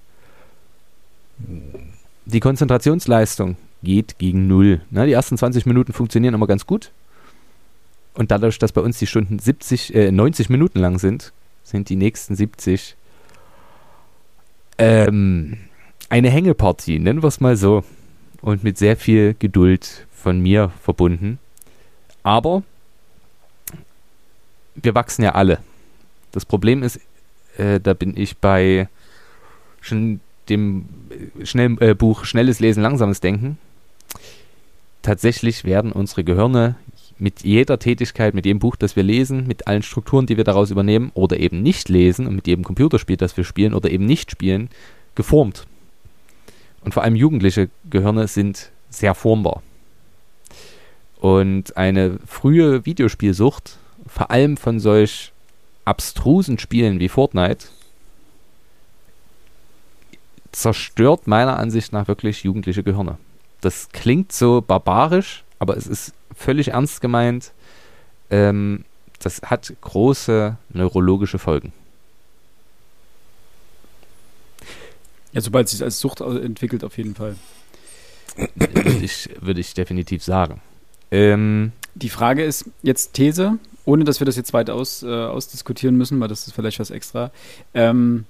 Die Konzentrationsleistung geht gegen Null. Na, die ersten zwanzig Minuten funktionieren immer ganz gut. Und dadurch, dass bei uns die Stunden siebzig, äh, neunzig Minuten lang sind, sind die nächsten siebzig ähm, eine Hängepartie, nennen wir es mal so. Und mit sehr viel Geduld von mir verbunden. Aber wir wachsen ja alle. Das Problem ist, äh, da bin ich bei schon dem äh, schnell, äh, Buch Schnelles Lesen, Langsames Denken. Tatsächlich werden unsere Gehirne mit jeder Tätigkeit, mit jedem Buch, das wir lesen, mit allen Strukturen, die wir daraus übernehmen oder eben nicht lesen und mit jedem Computerspiel, das wir spielen oder eben nicht spielen, geformt. Und vor allem jugendliche Gehirne sind sehr formbar. Und eine frühe Videospielsucht, vor allem von solch abstrusen Spielen wie Fortnite, zerstört meiner Ansicht nach wirklich jugendliche Gehirne. Das klingt so barbarisch, aber es ist völlig ernst gemeint. Ähm, das hat große neurologische Folgen. Ja, sobald es sich als Sucht entwickelt, auf jeden Fall. Würde ich, würde ich definitiv sagen. Ähm, Die Frage ist jetzt These, ohne dass wir das jetzt weiter aus, äh, ausdiskutieren müssen, weil das ist vielleicht was extra. Ähm,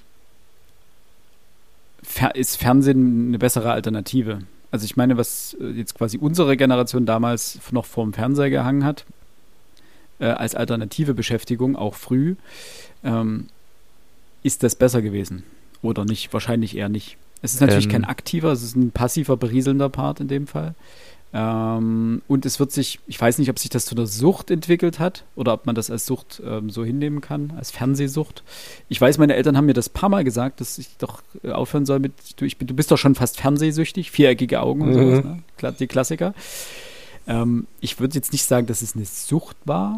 fer- ist Fernsehen eine bessere Alternative? Also ich meine, was äh, jetzt quasi unsere Generation damals noch vorm Fernseher gehangen hat, äh, als alternative Beschäftigung, auch früh, ähm, ist das besser gewesen? Oder nicht? Wahrscheinlich eher nicht. Es ist natürlich Ähm. kein aktiver, es ist ein passiver, berieselnder Part in dem Fall. Ähm, und es wird sich, ich weiß nicht, ob sich das zu einer Sucht entwickelt hat oder ob man das als Sucht ähm, so hinnehmen kann, als Fernsehsucht. Ich weiß, meine Eltern haben mir das ein paar Mal gesagt, dass ich doch äh, aufhören soll mit, du, ich bin, du bist doch schon fast fernsehsüchtig, viereckige Augen und Mhm. sowas, ne? Klar, die Klassiker. Ähm, ich würde jetzt nicht sagen, dass es eine Sucht war.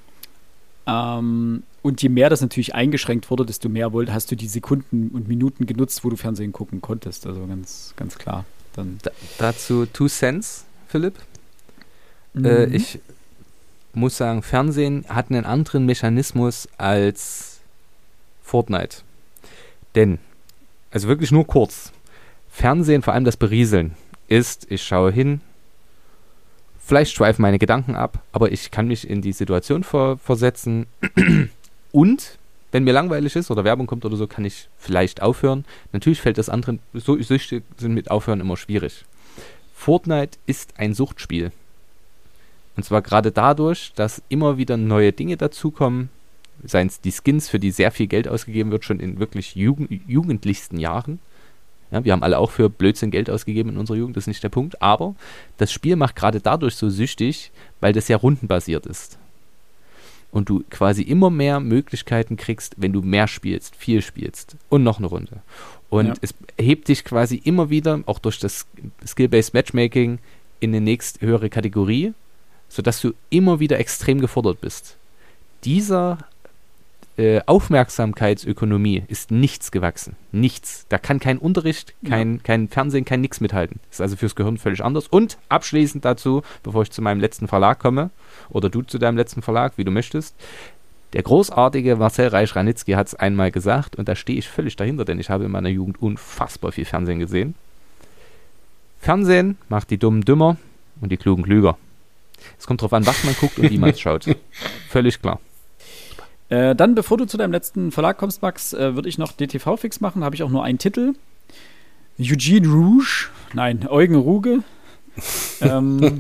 Ähm, und je mehr das natürlich eingeschränkt wurde, desto mehr wollt, hast du die Sekunden und Minuten genutzt, wo du Fernsehen gucken konntest. Also ganz, ganz klar. Dann, da, dazu Two Cents, Philipp. Mhm. Äh, ich muss sagen, Fernsehen hat einen anderen Mechanismus als Fortnite. Denn, also wirklich nur kurz, Fernsehen, vor allem das Berieseln, ist, ich schaue hin, vielleicht schweifen meine Gedanken ab, aber ich kann mich in die Situation ver- versetzen und, wenn mir langweilig ist oder Werbung kommt oder so, kann ich vielleicht aufhören. Natürlich fällt das anderen, so Süchte sind mit Aufhören immer schwierig. Fortnite ist ein Suchtspiel. Und zwar gerade dadurch, dass immer wieder neue Dinge dazukommen, seien es die Skins, für die sehr viel Geld ausgegeben wird, schon in wirklich jugend- jugendlichsten Jahren. Ja, wir haben alle auch für Blödsinn Geld ausgegeben in unserer Jugend, das ist nicht der Punkt. Aber das Spiel macht gerade dadurch so süchtig, weil das ja rundenbasiert ist. Und du quasi immer mehr Möglichkeiten kriegst, wenn du mehr spielst, viel spielst und noch eine Runde. Und Ja. es hebt dich quasi immer wieder, auch durch das Skill-Based Matchmaking, in eine nächst höhere Kategorie, sodass du immer wieder extrem gefordert bist. Dieser äh, Aufmerksamkeitsökonomie ist nichts gewachsen. Nichts. Da kann kein Unterricht, kein, Ja. kein Fernsehen, kein nix mithalten. Das ist also fürs Gehirn völlig anders. Und abschließend dazu, bevor ich zu meinem letzten Verlag komme, oder du zu deinem letzten Verlag, wie du möchtest, der großartige Marcel Reich-Ranitzky hat es einmal gesagt und da stehe ich völlig dahinter, denn ich habe in meiner Jugend unfassbar viel Fernsehen gesehen. Fernsehen macht die Dummen dümmer und die Klugen klüger. Es kommt drauf an, was man guckt und wie man es schaut. Völlig klar. Äh, dann, bevor du zu deinem letzten Verlag kommst, Max, äh, würde ich noch D T V-Fix machen. Habe ich auch nur einen Titel. Eugene Rouge, nein, Eugen Ruge, ähm,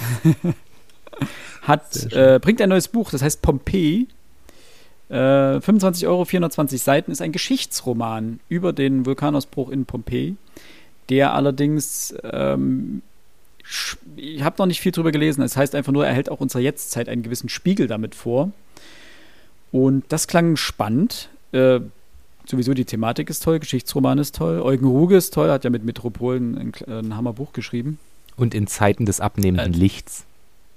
hat, äh, bringt ein neues Buch, das heißt Pompeii. Äh, fünfundzwanzig Euro, vierhundertzwanzig Seiten, ist ein Geschichtsroman über den Vulkanausbruch in Pompeji, der allerdings, ähm, sch- ich habe noch nicht viel drüber gelesen, es heißt einfach nur, er hält auch unserer Jetztzeit einen gewissen Spiegel damit vor. Und das klang spannend. Äh, sowieso die Thematik ist toll, Geschichtsroman ist toll, Eugen Ruge ist toll, hat ja mit Metropolen ein, ein Hammerbuch geschrieben. Und in Zeiten des abnehmenden Äh. Lichts.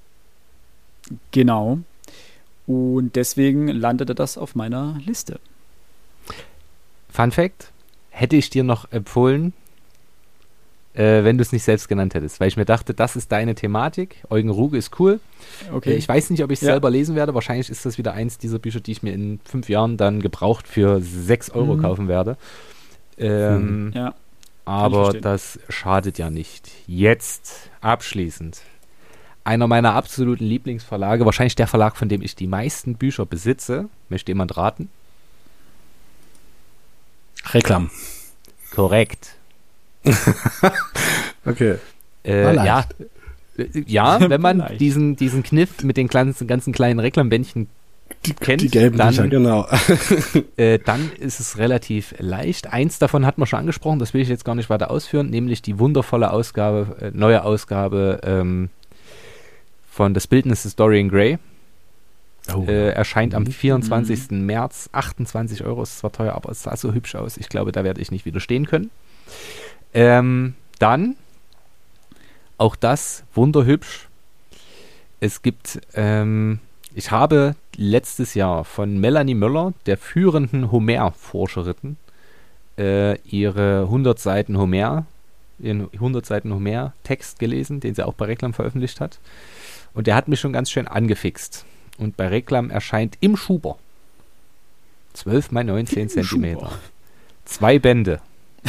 Genau. Und deswegen landete das auf meiner Liste. Fun Fact, hätte ich dir noch empfohlen, äh, wenn du es nicht selbst genannt hättest, weil ich mir dachte, das ist deine Thematik. Eugen Ruge ist cool. Okay. Äh, ich weiß nicht, ob ich es Ja. selber lesen werde. Wahrscheinlich ist das wieder eins dieser Bücher, die ich mir in fünf Jahren dann gebraucht für sechs Euro Mhm. kaufen werde. Ähm, Ja. aber verstehen. das schadet ja nicht. Jetzt abschließend. Einer meiner absoluten Lieblingsverlage, wahrscheinlich der Verlag, von dem ich die meisten Bücher besitze. Möchte jemand raten? Reklam. Korrekt. Okay. Äh, War ja, leicht. Äh, ja, wenn man Vielleicht. diesen, diesen Kniff mit den ganzen, ganzen kleinen Reklambändchen Die, kennt, die gelben dann, Bücher, genau. äh, dann ist es relativ leicht. Eins davon hat man schon angesprochen, das will ich jetzt gar nicht weiter ausführen, nämlich die wundervolle Ausgabe, äh, neue Ausgabe ähm, von Das Bildnis des Dorian Gray. Oh, Äh, erscheint am Mhm. vierundzwanzigsten März. achtundzwanzig Euro, ist zwar teuer, aber es sah so hübsch aus. Ich glaube, da werde ich nicht widerstehen können. Ähm, dann, auch das, wunderhübsch. Es gibt, ähm, ich habe letztes Jahr von Melanie Möller, der führenden Homer-Forscherin, äh, ihre hundert Seiten Homer, ihren hundert Seiten Homer-Text gelesen, den sie auch bei Reklam veröffentlicht hat. Und der hat mich schon ganz schön angefixt. Und bei Reklam erscheint im Schuber zwölf mal neunzehn Im Zentimeter. Schuber. Zwei Bände.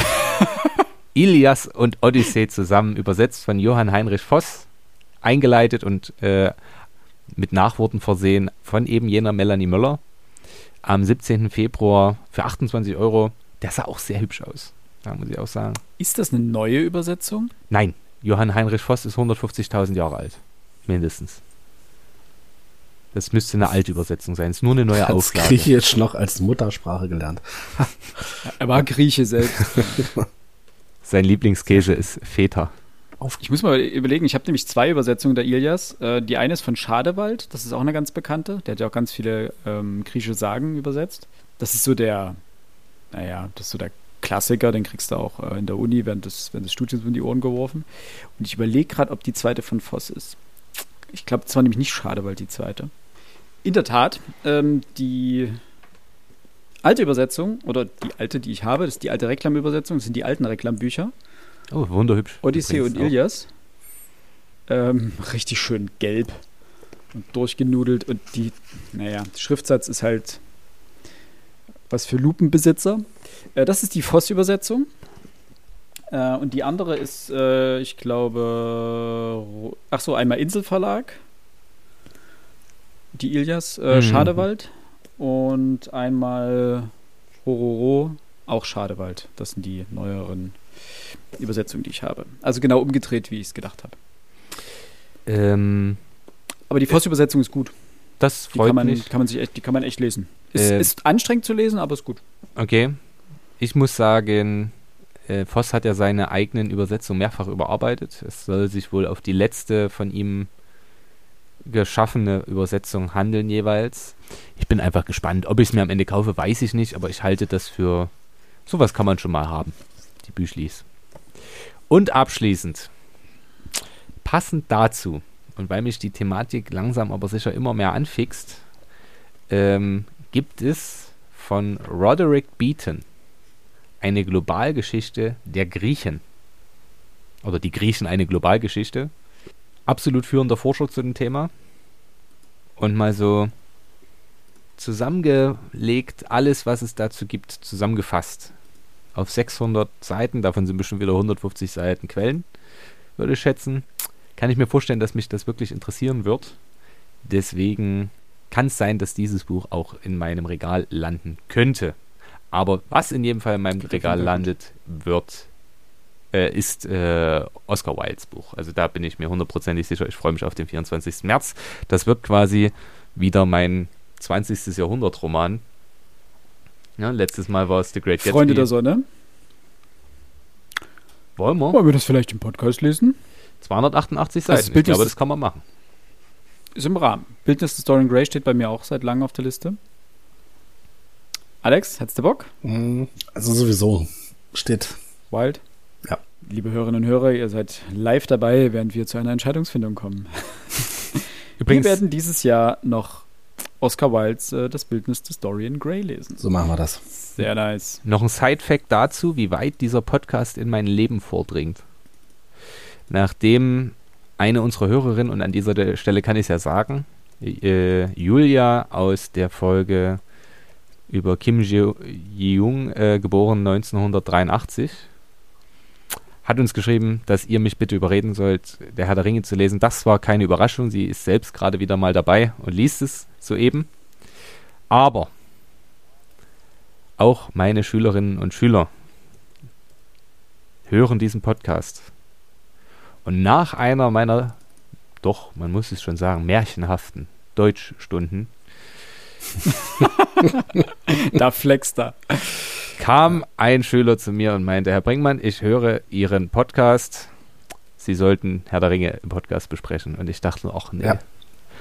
Ilias und Odyssee zusammen, übersetzt von Johann Heinrich Voss, eingeleitet und äh, mit Nachworten versehen von eben jener Melanie Möller. Am siebzehnten Februar für achtundzwanzig Euro. Der sah auch sehr hübsch aus. Da muss ich auch sagen. Ist das eine neue Übersetzung? Nein, Johann Heinrich Voss ist hundertfünfzigtausend Jahre alt. Mindestens. Das müsste eine alte Übersetzung sein. Es ist nur eine neue Als Auflage. Griechisch noch als Muttersprache gelernt. Er war Grieche selbst. Sein Lieblingskäse ist Feta. Ich muss mal überlegen, ich habe nämlich zwei Übersetzungen der Ilias. Äh, die eine ist von Schadewald, das ist auch eine ganz bekannte. Der hat ja auch ganz viele ähm, griechische Sagen übersetzt. Das ist so der, naja, das ist so der Klassiker, den kriegst du auch äh, in der Uni während des, während des Studiums in die Ohren geworfen. Und ich überlege gerade, ob die zweite von Voss ist. Ich glaube, es war nämlich nicht Schadewald, die zweite. In der Tat, ähm, die alte Übersetzung, oder die alte, die ich habe, das ist die alte Reklamübersetzung, das sind die alten Reklambücher. Oh, wunderhübsch. Odyssee Übrigens und auch. Ilias. Ähm, richtig schön gelb und durchgenudelt und die, naja, der Schriftsatz ist halt Was für Lupenbesitzer. Äh, das ist die Voss-Übersetzung. Äh, und die andere ist, äh, ich glaube, ach so, einmal Inselverlag. Die Ilias, äh, mhm. Schadewald. Und einmal Rororo, auch Schadewald. Das sind die neueren Übersetzungen, die ich habe. Also genau umgedreht, wie ich es gedacht habe. Ähm, Aber die Voss-Übersetzung ist gut. Das freut die kann man, mich. Kann man sich echt, die kann man echt lesen. Ist, Äh, ist anstrengend zu lesen, aber ist gut. Okay. Ich muss sagen, äh, Voss hat ja seine eigenen Übersetzungen mehrfach überarbeitet. Es soll sich wohl auf die letzte von ihm geschaffene Übersetzung handeln jeweils. Ich bin einfach gespannt. Ob ich es mir am Ende kaufe, weiß ich nicht, aber ich halte das für... Sowas kann man schon mal haben. Die Büchlis. Und abschließend, passend dazu, und weil mich die Thematik langsam aber sicher immer mehr anfixt, ähm, gibt es von Roderick Beaton eine Globalgeschichte der Griechen. Oder die Griechen eine Globalgeschichte. Absolut führender Forscher zu dem Thema. Und mal so zusammengelegt, alles, was es dazu gibt, zusammengefasst. Auf sechshundert Seiten, davon sind bestimmt wieder hundertfünfzig Seiten Quellen, würde ich schätzen. Kann ich mir vorstellen, dass mich das wirklich interessieren wird. Deswegen kann es sein, dass dieses Buch auch in meinem Regal landen könnte. Aber was in jedem Fall in meinem Regal landet, wird, äh, ist äh, Oscar Wildes Buch. Also da bin ich mir hundertprozentig sicher. Ich freue mich auf den vierundzwanzigsten März. Das wird quasi wieder mein zwanzigsten Jahrhundert-Roman. Ja, letztes Mal war es The Great Gatsby. Freunde der Sonne. Wollen wir? Wollen wir das vielleicht im Podcast lesen? zweihundertachtundachtzig Seiten. Also ich glaube, das kann man machen. Ist im Rahmen. Bildnis des Dorian Gray steht bei mir auch seit langem auf der Liste. Alex, hättest du Bock? Also sowieso. Steht. Wild? Ja. Liebe Hörerinnen und Hörer, ihr seid live dabei, während wir zu einer Entscheidungsfindung kommen. Übrigens, wir werden dieses Jahr noch Oscar Wildes äh, Das Bildnis des Dorian Gray lesen. So machen wir das. Sehr nice. Noch ein Side-Fact dazu, wie weit dieser Podcast in mein Leben vordringt. Nachdem eine unserer Hörerinnen, und an dieser Stelle kann ich es ja sagen, äh, Julia aus der Folge über Kim Ji-young, äh, geboren neunzehnhundertdreiundachtzig, hat uns geschrieben, dass ihr mich bitte überreden sollt, der Herr der Ringe zu lesen. Das war keine Überraschung, sie ist selbst gerade wieder mal dabei und liest es soeben. Aber auch meine Schülerinnen und Schüler hören diesen Podcast. Und nach einer meiner, doch, man muss es schon sagen, märchenhaften Deutschstunden da flext er. kam ein Schüler zu mir und meinte, Herr Brinkmann, ich höre Ihren Podcast. Sie sollten Herr der Ringe im Podcast besprechen. Und ich dachte, ach nee. Ja.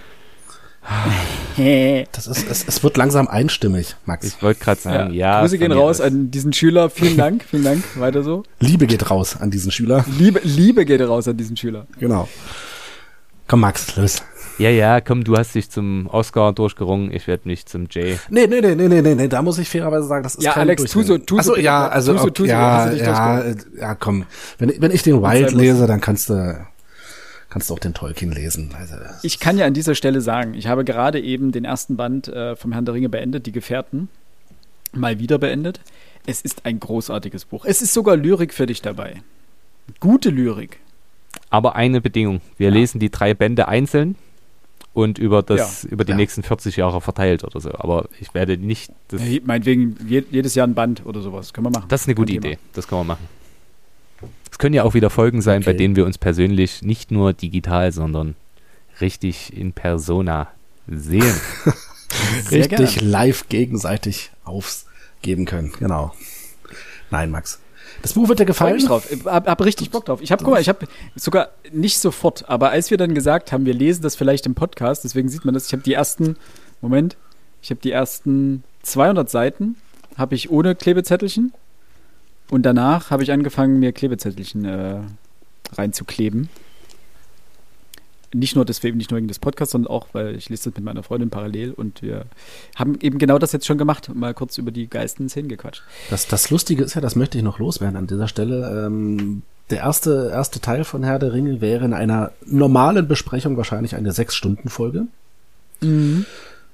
Das ist, es, es wird langsam einstimmig, Max. Ich wollte gerade sagen, ja. ja Grüße gehen raus an diesen Schüler. Vielen Dank, vielen Dank. Weiter so. Liebe geht raus an diesen Schüler. Liebe, Liebe geht raus an diesen Schüler. Genau. Komm, Max, los. Ja, ja, komm, du hast dich zum Oscar durchgerungen, ich werde mich zum Jay. Nee, nee, nee, nee, nee, nee, da muss ich fairerweise sagen, das ist ja, kein Alex, tu so, tu so. Achso, ja, also, tu so, tu so, ja, ja, ja, ja, komm. Wenn, wenn ich den Wild lese, dann kannst du, kannst du auch den Tolkien lesen. Also, ich kann ja an dieser Stelle sagen, ich habe gerade eben den ersten Band äh, vom Herrn der Ringe beendet, Die Gefährten, mal wieder beendet. Es ist ein großartiges Buch. Es ist sogar Lyrik für dich dabei. Gute Lyrik. Aber eine Bedingung, wir ja. lesen die drei Bände einzeln und über das ja. über die ja. nächsten vierzig Jahre verteilt oder so. Aber ich werde nicht... Das ja, meinetwegen je, jedes Jahr ein Band oder sowas. Können wir machen. Das ist eine gute Idee. Thema. Das können wir machen. Es können ja auch wieder Folgen sein, okay. bei denen wir uns persönlich nicht nur digital, sondern richtig in Persona sehen. Richtig gern. Live gegenseitig aufgeben können. Genau. Nein, Max. Das Buch wird dir gefallen? Ich drauf. Ich hab, hab richtig Bock drauf. Ich habe, guck mal, ich habe sogar nicht sofort, aber als wir dann gesagt haben, wir lesen das vielleicht im Podcast, deswegen sieht man das, ich habe die ersten, Moment, ich habe die ersten zweihundert Seiten, habe ich ohne Klebezettelchen und danach habe ich angefangen, mir Klebezettelchen äh, reinzukleben. Nicht nur deswegen, nicht nur wegen des Podcasts, sondern auch, weil ich lese das mit meiner Freundin parallel und wir haben eben genau das jetzt schon gemacht und mal kurz über die geilsten Szenen gequatscht. Das, das Lustige ist ja, das möchte ich noch loswerden an dieser Stelle. Ähm, der erste, erste Teil von Herr der Ringe wäre in einer normalen Besprechung wahrscheinlich eine Sechs-Stunden-Folge. Mhm.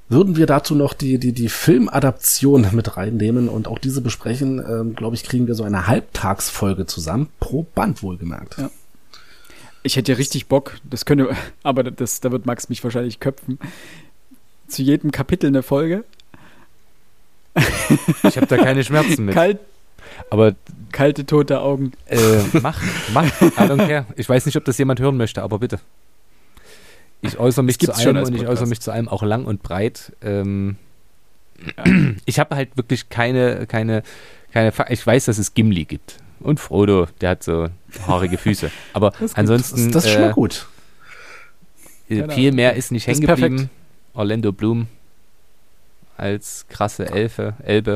würden wir dazu noch die, die, die Filmadaption mit reinnehmen und auch diese besprechen, ähm, glaube ich, kriegen wir so eine Halbtagsfolge zusammen, pro Band wohlgemerkt. Ja. Ich hätte ja richtig Bock, das könnte, aber das, da wird Max mich wahrscheinlich köpfen, zu jedem Kapitel eine Folge. Ich habe da keine Schmerzen mit. Kalt, aber kalte, tote Augen. Äh, mach, mach, I don't care. Ich weiß nicht, ob das jemand hören möchte, aber bitte. Ich äußere mich zu allem und ich äußere mich zu allem auch lang und breit. Ähm, ja. Ich habe halt wirklich keine, keine, keine, Fa- ich weiß, dass es Gimli gibt. Und Frodo, der hat so haarige Füße. Aber ansonsten. Das, das ist schon mal gut. Äh, viel mehr ist nicht Das hängen ist geblieben. perfekt. Orlando Bloom als krasse Elfe, Elbe.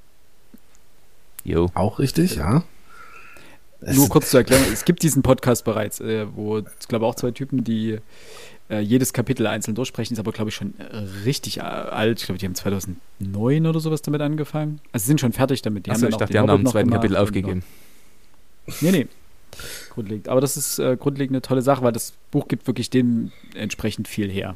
Jo. Auch richtig, ja. Es Nur kurz zu erklären, es gibt diesen Podcast bereits, äh, wo, ich glaube, auch zwei Typen, die äh, jedes Kapitel einzeln durchsprechen, ist aber, glaube ich, schon äh, richtig äh, alt. Ich glaube, die haben zweitausendneun oder sowas damit angefangen. Also sind schon fertig damit. Die Achso, haben ich dann auch dachte, den die haben nach Hobbit dem noch zweiten gemacht Kapitel und aufgegeben. noch- Nee, nee. Grundlegend. Aber das ist äh, grundlegend eine tolle Sache, weil das Buch gibt wirklich dementsprechend viel her.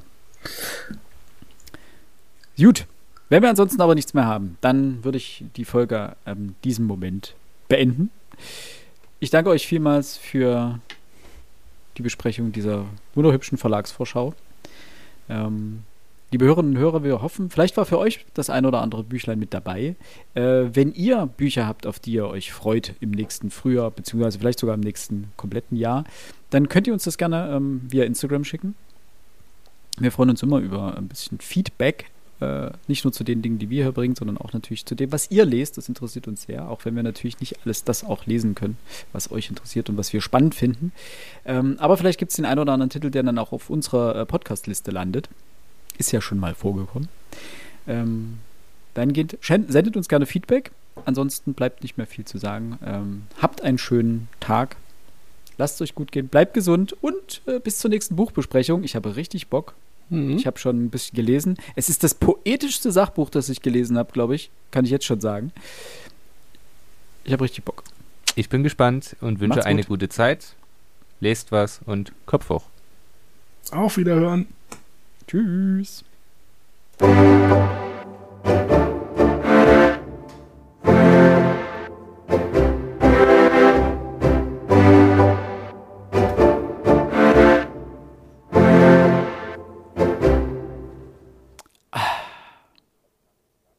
Gut. Wenn wir ansonsten aber nichts mehr haben, dann würde ich die Folge ähm, diesem Moment beenden. Ich danke euch vielmals für die Besprechung dieser wunderhübschen Verlagsvorschau. Ähm, liebe Hörerinnen und Hörer, wir hoffen, vielleicht war für euch das ein oder andere Büchlein mit dabei. Äh, wenn ihr Bücher habt, auf die ihr euch freut im nächsten Frühjahr, beziehungsweise vielleicht sogar im nächsten kompletten Jahr, dann könnt ihr uns das gerne ähm, via Instagram schicken. Wir freuen uns immer über ein bisschen Feedback. Äh, nicht nur zu den Dingen, die wir hier bringen, sondern auch natürlich zu dem, was ihr lest. Das interessiert uns sehr, auch wenn wir natürlich nicht alles das auch lesen können, was euch interessiert und was wir spannend finden. Ähm, aber vielleicht gibt es den einen oder anderen Titel, der dann auch auf unserer äh, Podcast-Liste landet. Ist ja schon mal vorgekommen. Ähm, dann geht, sendet uns gerne Feedback. Ansonsten bleibt nicht mehr viel zu sagen. Ähm, habt einen schönen Tag. Lasst es euch gut gehen. Bleibt gesund und äh, bis zur nächsten Buchbesprechung. Ich habe richtig Bock. Mhm. Ich habe schon ein bisschen gelesen. Es ist das poetischste Sachbuch, das ich gelesen habe, glaube ich. Kann ich jetzt schon sagen. Ich habe richtig Bock. Ich bin gespannt und wünsche Macht's eine gut. gute Zeit. Lest was und Kopf hoch. Auf Wiederhören. Tschüss.